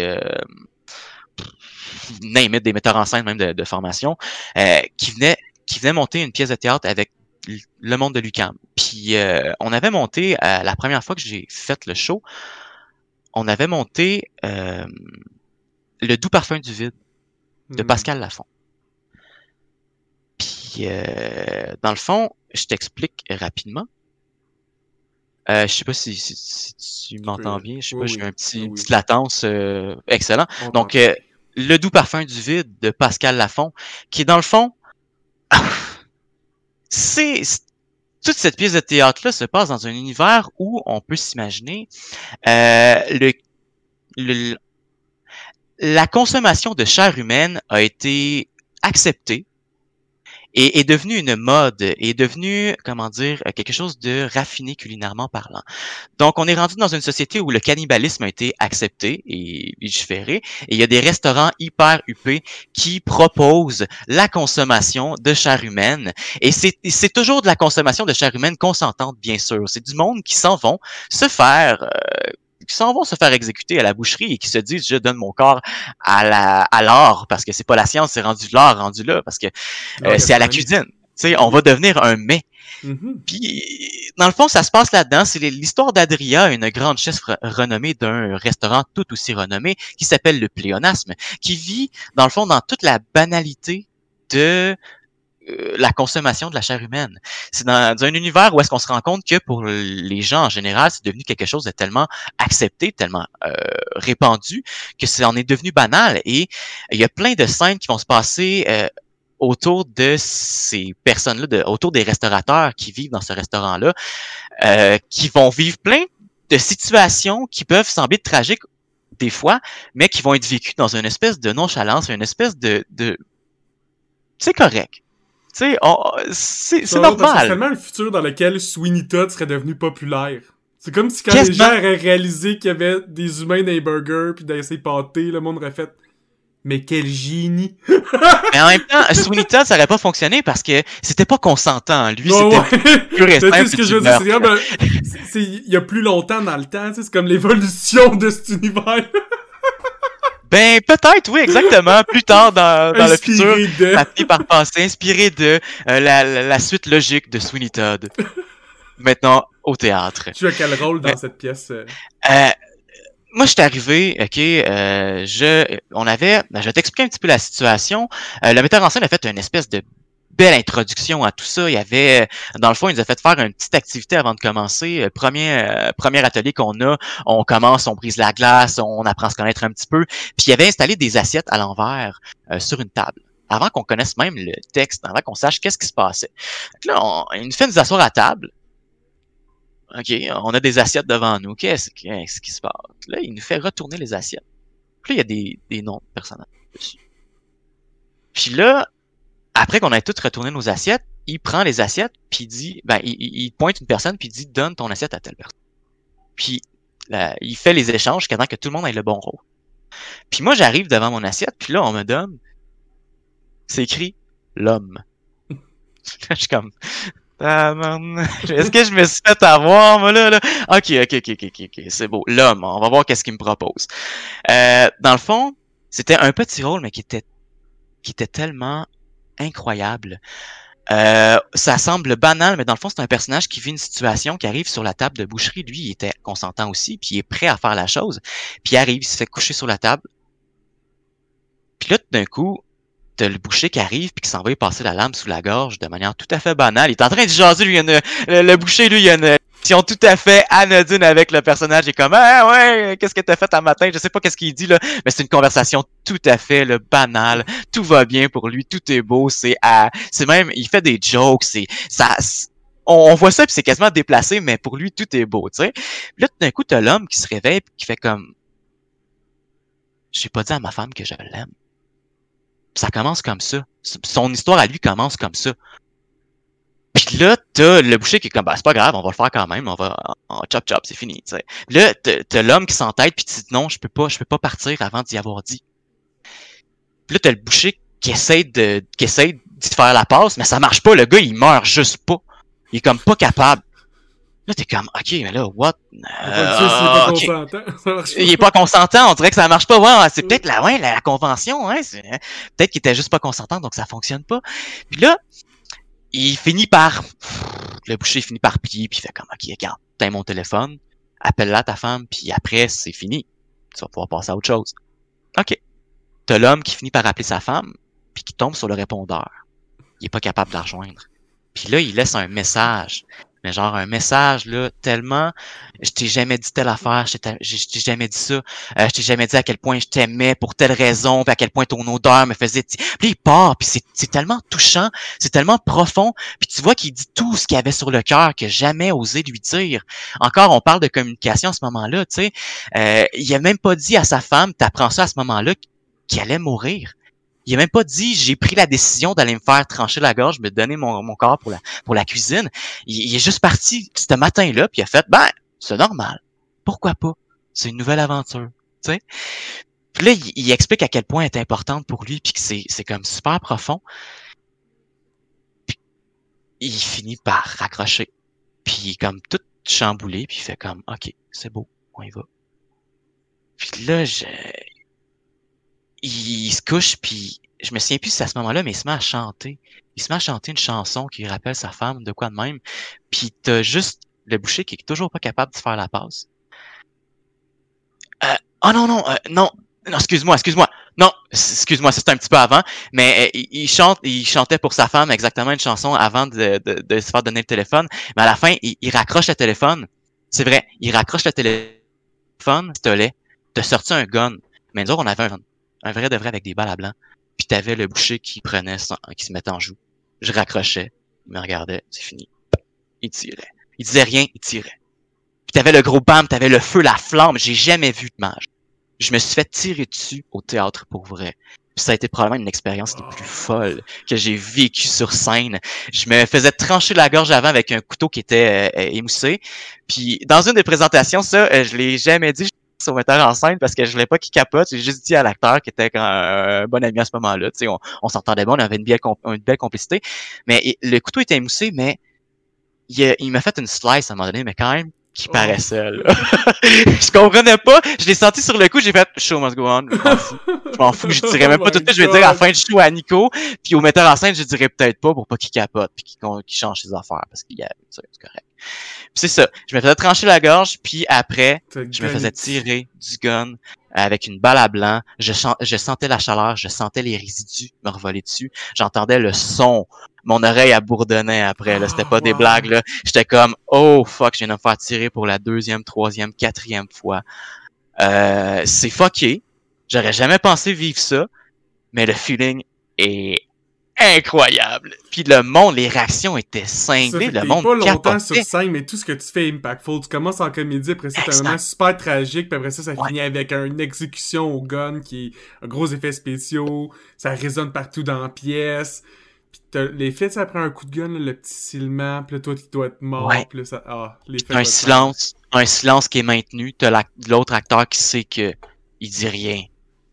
des metteurs en scène même de formation, qui venaient monter une pièce de théâtre avec le monde de l'UQAM. Puis on avait monté, la première fois que j'ai fait le show, on avait monté Le doux parfum du vide de Pascal Lafont. Puis dans le fond, je t'explique rapidement. Je sais pas si tu m'entends bien. Je sais pas, j'ai eu une petite latence. Excellent. Donc, Le doux parfum du vide de Pascal Lafont, qui est dans le fond, toute cette pièce de théâtre-là se passe dans un univers où on peut s'imaginer la consommation de chair humaine a été acceptée et est devenue une mode, est devenue, quelque chose de raffiné culinairement parlant. Donc, on est rendu dans une société où le cannibalisme a été accepté et légiféré, et il y a des restaurants hyper huppés qui proposent la consommation de chair humaine, et c'est toujours de la consommation de chair humaine consentante, bien sûr. C'est du monde qui s'en vont se faire exécuter à la boucherie et qui se disent je donne mon corps à l'art parce que c'est pas la science, c'est rendu l'art rendu là parce que c'est à la cuisine. sais, on va devenir un mets. Mhm. Puis, dans le fond, ça se passe là-dedans. C'est l'histoire d'Adria, une grande chef renommée d'un restaurant tout aussi renommé qui s'appelle le Pléonasme, qui vit, dans le fond, dans toute la banalité de la consommation de la chair humaine. C'est dans un univers où est-ce qu'on se rend compte que pour les gens en général, c'est devenu quelque chose de tellement accepté, tellement répandu, que ça en est devenu banal. Et il y a plein de scènes qui vont se passer autour de ces personnes-là, autour des restaurateurs qui vivent dans ce restaurant-là, qui vont vivre plein de situations qui peuvent sembler tragiques des fois, mais qui vont être vécues dans une espèce de nonchalance, une espèce de c'est correct. Tu sais, c'est normal. C'est tellement un futur dans lequel Sweeney Todd serait devenu populaire. C'est comme si quand Quasiment. les gens auraient réalisé qu'il y avait des humains dans les burgers pis dans ces pâtés, le monde aurait fait « Mais quel génie! » Mais en même temps, Sweeney Todd, ça aurait pas fonctionné parce que c'était pas consentant. Lui, Oh, c'était ouais. plus récent. Tu sais ce que je veux dire, c'est comme il y a plus longtemps dans le temps, c'est comme l'évolution de cet univers. Ben, peut-être, oui, exactement. Plus tard dans le futur, ça finit par passer, inspiré de la suite logique de Sweeney Todd. Maintenant, au théâtre. Tu as quel rôle dans cette pièce? Moi, je suis arrivé, ok, je vais t'expliquer un petit peu la situation. Le metteur en scène a fait une espèce de belle introduction à tout ça. Il y avait, dans le fond, il nous a fait faire une petite activité avant de commencer. Premier atelier qu'on a, on commence, on brise la glace, on apprend à se connaître un petit peu. Puis il avait installé des assiettes à l'envers sur une table, avant qu'on connaisse même le texte, avant qu'on sache qu'est-ce qui se passait. Donc là, il nous fait nous asseoir à table. OK, on a des assiettes devant nous. Qu'est-ce qui se passe? Là, il nous fait retourner les assiettes. Puis là, il y a des noms de personnages dessus. Puis là, après qu'on ait toutes retourné nos assiettes, il prend les assiettes, puis il dit, il pointe une personne, puis il dit, donne ton assiette à telle personne. Puis là, il fait les échanges jusqu'à temps que tout le monde ait le bon rôle. Puis moi, j'arrive devant mon assiette, puis là, on me donne, c'est écrit, l'homme. Je suis comme, est-ce que je me suis fait avoir, moi, là? Ok, c'est beau. L'homme, on va voir qu'est-ce qu'il me propose. Dans le fond, c'était un petit rôle, mais qui était tellement incroyable. Ça semble banal, mais dans le fond, c'est un personnage qui vit une situation, qui arrive sur la table de boucherie. Lui, il était consentant aussi, puis il est prêt à faire la chose. Puis il arrive, il se fait coucher sur la table. Puis là, tout d'un coup, t'as le boucher qui arrive puis qui s'en va y passer la lame sous la gorge de manière tout à fait banale. Il est en train de jaser, lui, le boucher, lui, il y a une relation tout à fait anodine avec le personnage. Il est comme, ah ouais, qu'est-ce que t'as fait un matin? Je sais pas qu'est-ce qu'il dit, là, mais c'est une conversation tout à fait, banale. Tout va bien pour lui, tout est beau, c'est même, il fait des jokes, on voit ça puis c'est quasiment déplacé, mais pour lui, tout est beau, tu sais. Là, tout d'un coup, t'as l'homme qui se réveille puis qui fait comme, j'ai pas dit à ma femme que je l'aime. Ça commence comme ça. Son histoire à lui commence comme ça. Puis là, t'as le boucher qui est comme, c'est pas grave, on va le faire quand même, on chop chop, c'est fini, tu sais. Là, t'as l'homme qui s'entête puis qui dit non, je peux pas partir avant d'y avoir dit. Puis là, t'as le boucher qui essaie d'y faire la passe, mais ça marche pas, le gars, il meurt juste pas. Il est comme pas capable. Là, t'es comme, ok, mais là, what? Il est pas consentant. Il est pas consentant, on dirait que ça marche pas. Ouais, c'est peut-être la convention, hein. Peut-être qu'il était juste pas consentant, donc ça fonctionne pas. Puis là, le boucher finit par plier, puis il fait comme, ok, regarde, t'as mon téléphone, appelle-la ta femme, puis après, c'est fini. Tu vas pouvoir passer à autre chose. Ok. T'as l'homme qui finit par appeler sa femme, puis qui tombe sur le répondeur. Il est pas capable de la rejoindre. Puis là, il laisse un message. Mais genre un message, là, tellement, je t'ai jamais dit telle affaire, je t'ai jamais dit ça, je t'ai jamais dit à quel point je t'aimais pour telle raison, puis à quel point ton odeur me faisait... Puis il part, puis c'est tellement touchant, c'est tellement profond, puis tu vois qu'il dit tout ce qu'il avait sur le cœur que jamais osé lui dire. Encore, on parle de communication à ce moment-là, tu sais. Il a même pas dit à sa femme, t'apprends ça à ce moment-là, qu'il allait mourir. Il a même pas dit, j'ai pris la décision d'aller me faire trancher la gorge, me donner mon corps pour la cuisine. Il est juste parti ce matin-là, puis il a fait, c'est normal. Pourquoi pas? C'est une nouvelle aventure, tu sais. Puis là, il explique à quel point elle est importante pour lui, puis que c'est comme super profond. Puis il finit par raccrocher. Puis il est comme tout chamboulé, puis il fait comme, ok, c'est beau, on y va. Puis là, il se couche, puis je me souviens plus si c'est à ce moment-là, mais il se met à chanter. Il se met à chanter une chanson qui rappelle sa femme, de quoi de même. Puis t'as juste le boucher qui est toujours pas capable de faire la passe. Oh non, non, non, non, excuse-moi. Non, excuse-moi, c'était un petit peu avant, mais il chantait pour sa femme exactement une chanson avant de se faire donner le téléphone. Mais à la fin, il raccroche le téléphone. C'est vrai, il raccroche le téléphone, pistolet, t'as sorti un gun. Mais nous autres, on avait un vrai de vrai avec des balles à blanc. Puis t'avais le boucher qui qui se mettait en joue. Je raccrochais, il me regardait, c'est fini. Il tirait. Il disait rien, il tirait. Puis t'avais le gros bam, t'avais le feu, la flamme. J'ai jamais vu de mage. Je me suis fait tirer dessus au théâtre pour vrai. Puis ça a été probablement une expérience des plus folles que j'ai vécue sur scène. Je me faisais trancher la gorge avant avec un couteau qui était émoussé. Puis dans une des présentations, ça, je l'ai jamais dit au metteur en scène parce que je voulais pas qu'il capote. J'ai juste dit à l'acteur qui était un bon ami à ce moment-là. Tu sais, on s'entendait bien, on avait une belle complicité. Mais le couteau était émoussé, mais il m'a fait une slice à un moment donné, mais quand même qui paraissait, là. Je comprenais pas. Je l'ai senti sur le coup, j'ai fait « Show must go on ». Je m'en fous. Je dirais même pas tout de suite. Je vais dire à la fin du show à Nico. Puis au metteur en scène, je dirais peut-être pas pour pas qu'il capote puis qu'il change ses affaires parce qu'il y a ça, c'est correct. Puis c'est ça. Je me faisais trancher la gorge, puis après, je me faisais tirer du gun avec une balle à blanc. Je sentais la chaleur, je sentais les résidus me revoler dessus. J'entendais le son. Mon oreille a bourdonné après, là. C'était pas des blagues, là. J'étais comme, oh, fuck, je viens de me faire tirer pour la 2e, 3e, 4e fois. C'est fucké. J'aurais jamais pensé vivre ça, mais le feeling est incroyable. Puis le monde, les réactions étaient cinglées, le monde pas longtemps capotait. sur scène, mais tout ce que tu fais est impactful. Tu commences en comédie, après ça, t'as un moment super tragique, puis après ça finit avec une exécution au gun qui est un gros effet spéciaux, ça résonne partout dans la pièce. Pis l'effet, ça prend un coup de gun, là, le petit silement, pis là, toi, tu dois être mort, pis là, ça... l'effet un silence qui est maintenu, t'as l'autre acteur qui sait que il dit rien,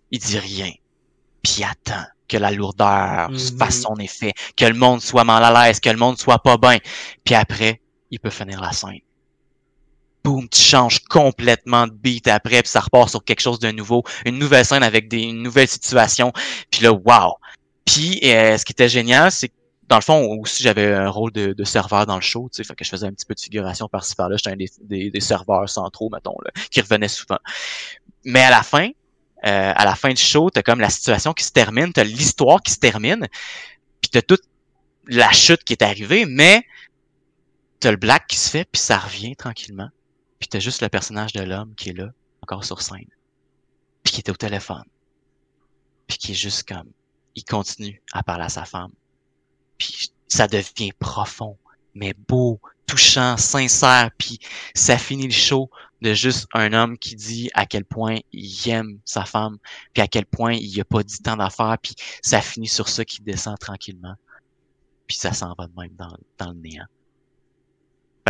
pis il attend que la lourdeur fasse son effet, que le monde soit mal à l'aise, que le monde soit pas bien, puis après, il peut finir la scène. Boum, tu changes complètement de beat après, puis ça repart sur quelque chose de nouveau, une nouvelle scène avec une nouvelle situation, puis là, wow! Puis, ce qui était génial, c'est que, dans le fond, aussi, j'avais un rôle de serveur dans le show, tu sais, fait que je faisais un petit peu de figuration par-ci par-là. J'étais un des serveurs centraux, mettons, là, qui revenait souvent. Mais à la fin du show, t'as comme la situation qui se termine, t'as l'histoire qui se termine, puis t'as toute la chute qui est arrivée, mais t'as le black qui se fait, puis ça revient tranquillement. Puis t'as juste le personnage de l'homme qui est là, encore sur scène, puis qui était au téléphone, puis qui est juste comme... il continue à parler à sa femme. Puis ça devient profond, mais beau, touchant, sincère, puis ça finit le show de juste un homme qui dit à quel point il aime sa femme, puis à quel point il a pas dit tant d'affaires, puis ça finit sur ça qui descend tranquillement. Puis ça s'en va de même dans le néant. Fait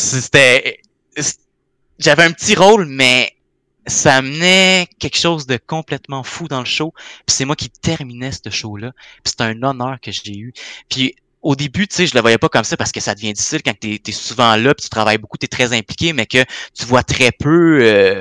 que j'avais un petit rôle, mais ça amenait quelque chose de complètement fou dans le show. Puis c'est moi qui terminais ce show-là. Puis c'est un honneur que j'ai eu. Puis au début, tu sais, je le voyais pas comme ça parce que ça devient difficile quand t'es souvent là, puis tu travailles beaucoup, t'es très impliqué, mais que tu vois très peu,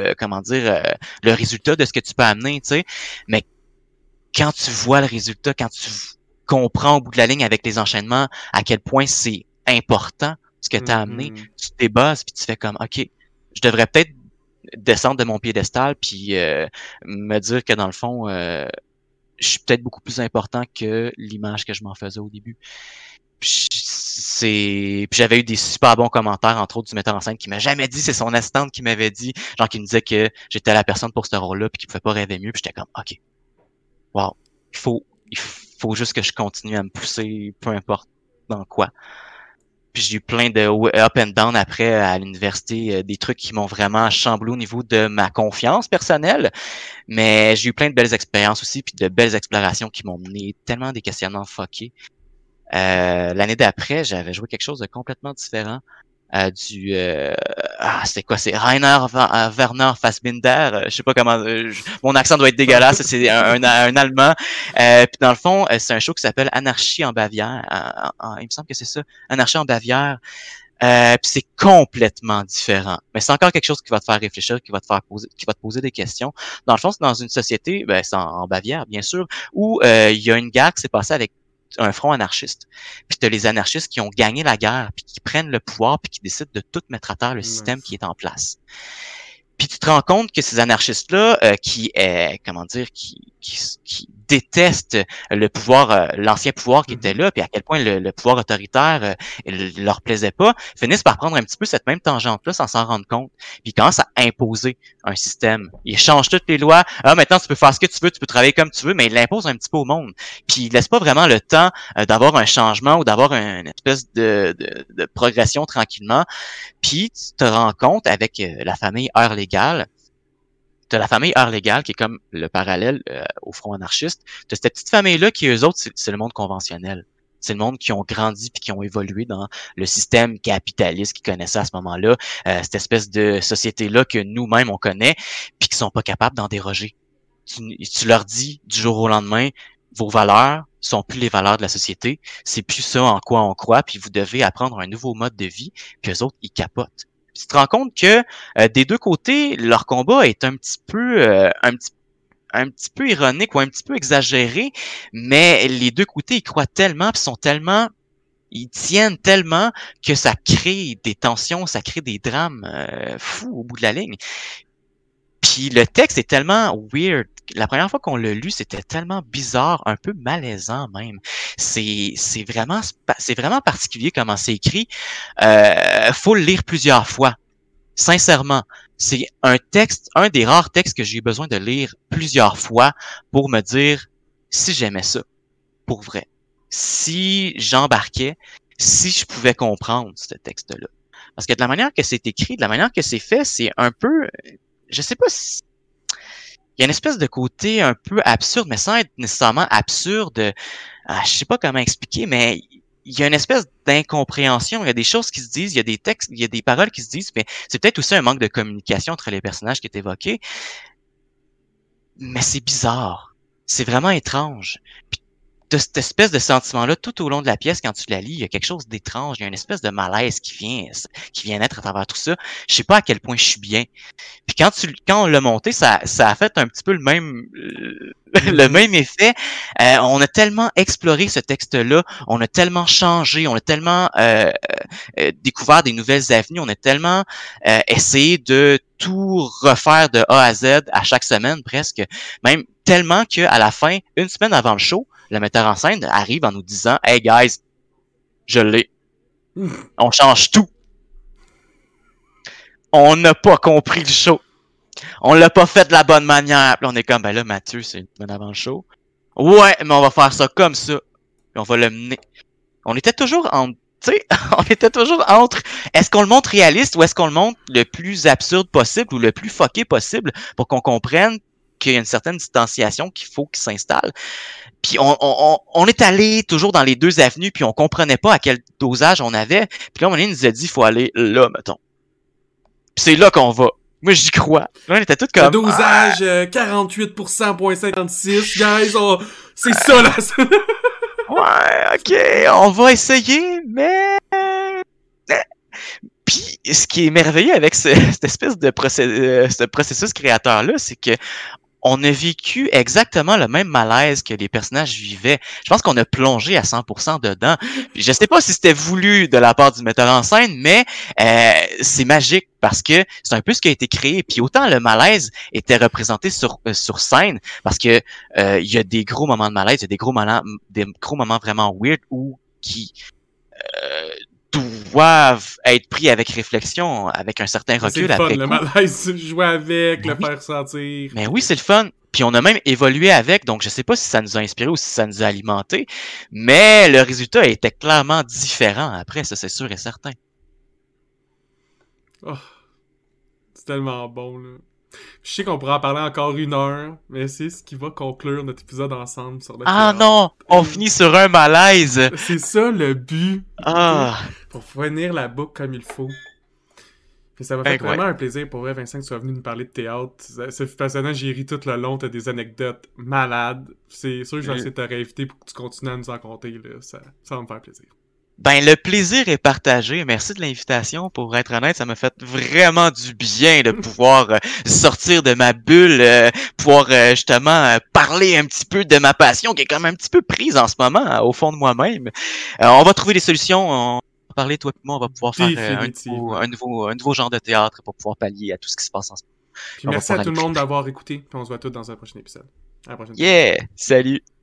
le résultat de ce que tu peux amener, tu sais. Mais quand tu vois le résultat, quand tu comprends au bout de la ligne avec les enchaînements à quel point c'est important ce que t'as amené, tu te débosses puis tu fais comme, OK, je devrais peut-être descendre de mon piédestal puis me dire que dans le fond je suis peut-être beaucoup plus important que l'image que je m'en faisais au début. Puis j'avais eu des super bons commentaires, entre autres du metteur en scène qui m'a jamais dit, c'est son assistante qui m'avait dit, genre qui me disait que j'étais la personne pour ce rôle-là puis qu'il pouvait pas rêver mieux, puis j'étais comme OK. Wow, il faut juste que je continue à me pousser peu importe dans quoi. Puis j'ai eu plein de up and down après à l'université, des trucs qui m'ont vraiment chamboulé au niveau de ma confiance personnelle. Mais j'ai eu plein de belles expériences aussi, puis de belles explorations qui m'ont mené tellement des questionnements fuckés. L'année d'après, j'avais joué quelque chose de complètement différent. C'était quoi? C'est Rainer Werner Fassbinder. Je sais pas comment. Mon accent doit être dégueulasse. C'est un Allemand. Puis dans le fond, c'est un show qui s'appelle Anarchie en Bavière. Il me semble que c'est ça. Anarchie en Bavière. Puis c'est complètement différent. Mais c'est encore quelque chose qui va te faire réfléchir, qui va te poser des questions. Dans le fond, c'est dans une société, c'est en Bavière, bien sûr, où il y a une guerre qui s'est passée avec un front anarchiste. Puis t'as les anarchistes qui ont gagné la guerre, puis qui prennent le pouvoir, puis qui décident de tout mettre à terre le système qui est en place. Puis tu te rends compte que ces anarchistes-là, qui détestent le pouvoir, l'ancien pouvoir qui était là, puis à quel point le pouvoir autoritaire leur plaisait pas, finissent par prendre un petit peu cette même tangente-là sans s'en rendre compte. Puis ils commencent à imposer un système. Ils changent toutes les lois. Ah, maintenant tu peux faire ce que tu veux, tu peux travailler comme tu veux, mais ils l'imposent un petit peu au monde. Puis ils laissent pas vraiment le temps d'avoir un changement ou d'avoir une espèce de progression tranquillement. Puis tu te rends compte avec la famille Heure Légale. T'as la famille Heure Légale qui est comme le parallèle au Front anarchiste. T'as cette petite famille-là qui, eux autres, c'est le monde conventionnel. C'est le monde qui ont grandi puis qui ont évolué dans le système capitaliste qu'ils connaissaient à ce moment-là, cette espèce de société-là que nous-mêmes on connaît, puis qui sont pas capables d'en déroger. Tu leur dis du jour au lendemain, vos valeurs sont plus les valeurs de la société, c'est plus ça en quoi on croit, puis vous devez apprendre un nouveau mode de vie, puis eux autres, ils capotent. Puis tu te rends compte que des deux côtés, leur combat est un petit peu ironique ou un petit peu exagéré, mais les deux côtés, ils croient tellement, puis ils tiennent tellement que ça crée des tensions, ça crée des drames fous au bout de la ligne. Puis le texte est tellement weird. La première fois qu'on l'a lu, c'était tellement bizarre, un peu malaisant même. C'est vraiment particulier comment c'est écrit. Faut le lire plusieurs fois. Sincèrement, c'est un des rares textes que j'ai eu besoin de lire plusieurs fois pour me dire si j'aimais ça, pour vrai. Si j'embarquais, si je pouvais comprendre ce texte-là. Parce que de la manière que c'est écrit, de la manière que c'est fait, c'est un peu, je sais pas si il y a une espèce de côté un peu absurde, mais sans être nécessairement absurde. Je sais pas comment expliquer, mais il y a une espèce d'incompréhension. Il y a des choses qui se disent, il y a des textes, il y a des paroles qui se disent, mais c'est peut-être aussi un manque de communication entre les personnages qui est évoqué. Mais c'est bizarre. C'est vraiment étrange. Puis t'as cette espèce de sentiment-là tout au long de la pièce quand tu la lis. Il y a quelque chose d'étrange. Il y a une espèce de malaise qui vient naître à travers tout ça. Je sais pas à quel point je suis bien. Puis quand on l'a monté, ça a fait un petit peu le même effet. On a tellement exploré ce texte-là, on a tellement changé, on a tellement découvert des nouvelles avenues, on a tellement essayé de tout refaire de A à Z à chaque semaine presque, même tellement que à la fin, une semaine avant le show, le metteur en scène arrive en nous disant « Hey guys, je l'ai. On change tout. On n'a pas compris le show. On l'a pas fait de la bonne manière. » Puis on est comme, ben là, Mathieu, c'est une semaine avant le show. Ouais, mais on va faire ça comme ça. Puis on va le mener. On était toujours entre, tu sais, on était toujours entre, est-ce qu'on le montre réaliste ou est-ce qu'on le montre le plus absurde possible ou le plus fucké possible pour qu'on comprenne qu'il y a une certaine distanciation qu'il faut qu'il s'installe. Puis on est allé toujours dans les deux avenues, puis on comprenait pas à quel dosage on avait. Puis là, on nous a dit, il faut aller là, mettons. Puis c'est là qu'on va. Moi, j'y crois. Là, on était tous comme... Le dosage 48%.56, guys. C'est ça, là. Ouais, OK, on va essayer, mais... Puis, ce qui est merveilleux avec cette espèce de ce processus créateur-là, c'est que on a vécu exactement le même malaise que les personnages vivaient. Je pense qu'on a plongé à 100% dedans. Puis je sais pas si c'était voulu de la part du metteur en scène, mais c'est magique parce que c'est un peu ce qui a été créé. Puis autant le malaise était représenté sur scène, parce que il y a des gros moments de malaise, il y a des gros moments vraiment weird ou qui doivent être pris avec réflexion, avec un certain recul. C'est le fun, le malaise, jouer avec, le faire sentir. Mais oui, c'est le fun. Puis on a même évolué avec, donc je sais pas si ça nous a inspiré ou si ça nous a alimenté, mais le résultat était clairement différent après, ça c'est sûr et certain. Oh, c'est tellement bon, là. Je sais qu'on pourrait en parler encore 1 heure, mais c'est ce qui va conclure notre épisode ensemble sur le théâtre. Non! On finit sur un malaise! C'est ça le but. Pour finir la boucle comme il faut. Puis ça m'a fait vraiment un plaisir pour vrai, Vincent, que tu sois venu nous parler de théâtre. Ça fait passionnant, j'ai ri tout le long, t'as des anecdotes malades. C'est sûr que je vais essayer de te réinviter pour que tu continues à nous en conter, là. Ça va me faire plaisir. Ben, le plaisir est partagé. Merci de l'invitation. Pour être honnête, ça m'a fait vraiment du bien de pouvoir sortir de ma bulle, pouvoir justement parler un petit peu de ma passion qui est quand même un petit peu prise en ce moment au fond de moi-même. On va trouver des solutions. On va parler, toi et moi, on va pouvoir faire Définitivement. un nouveau genre de théâtre pour pouvoir pallier à tout ce qui se passe en ce moment. Puis On va merci à pouvoir tout aller le plus monde loin. d'avoir écouté. Puis on se voit tous dans un prochain épisode. À la prochaine fois. Yeah! Salut!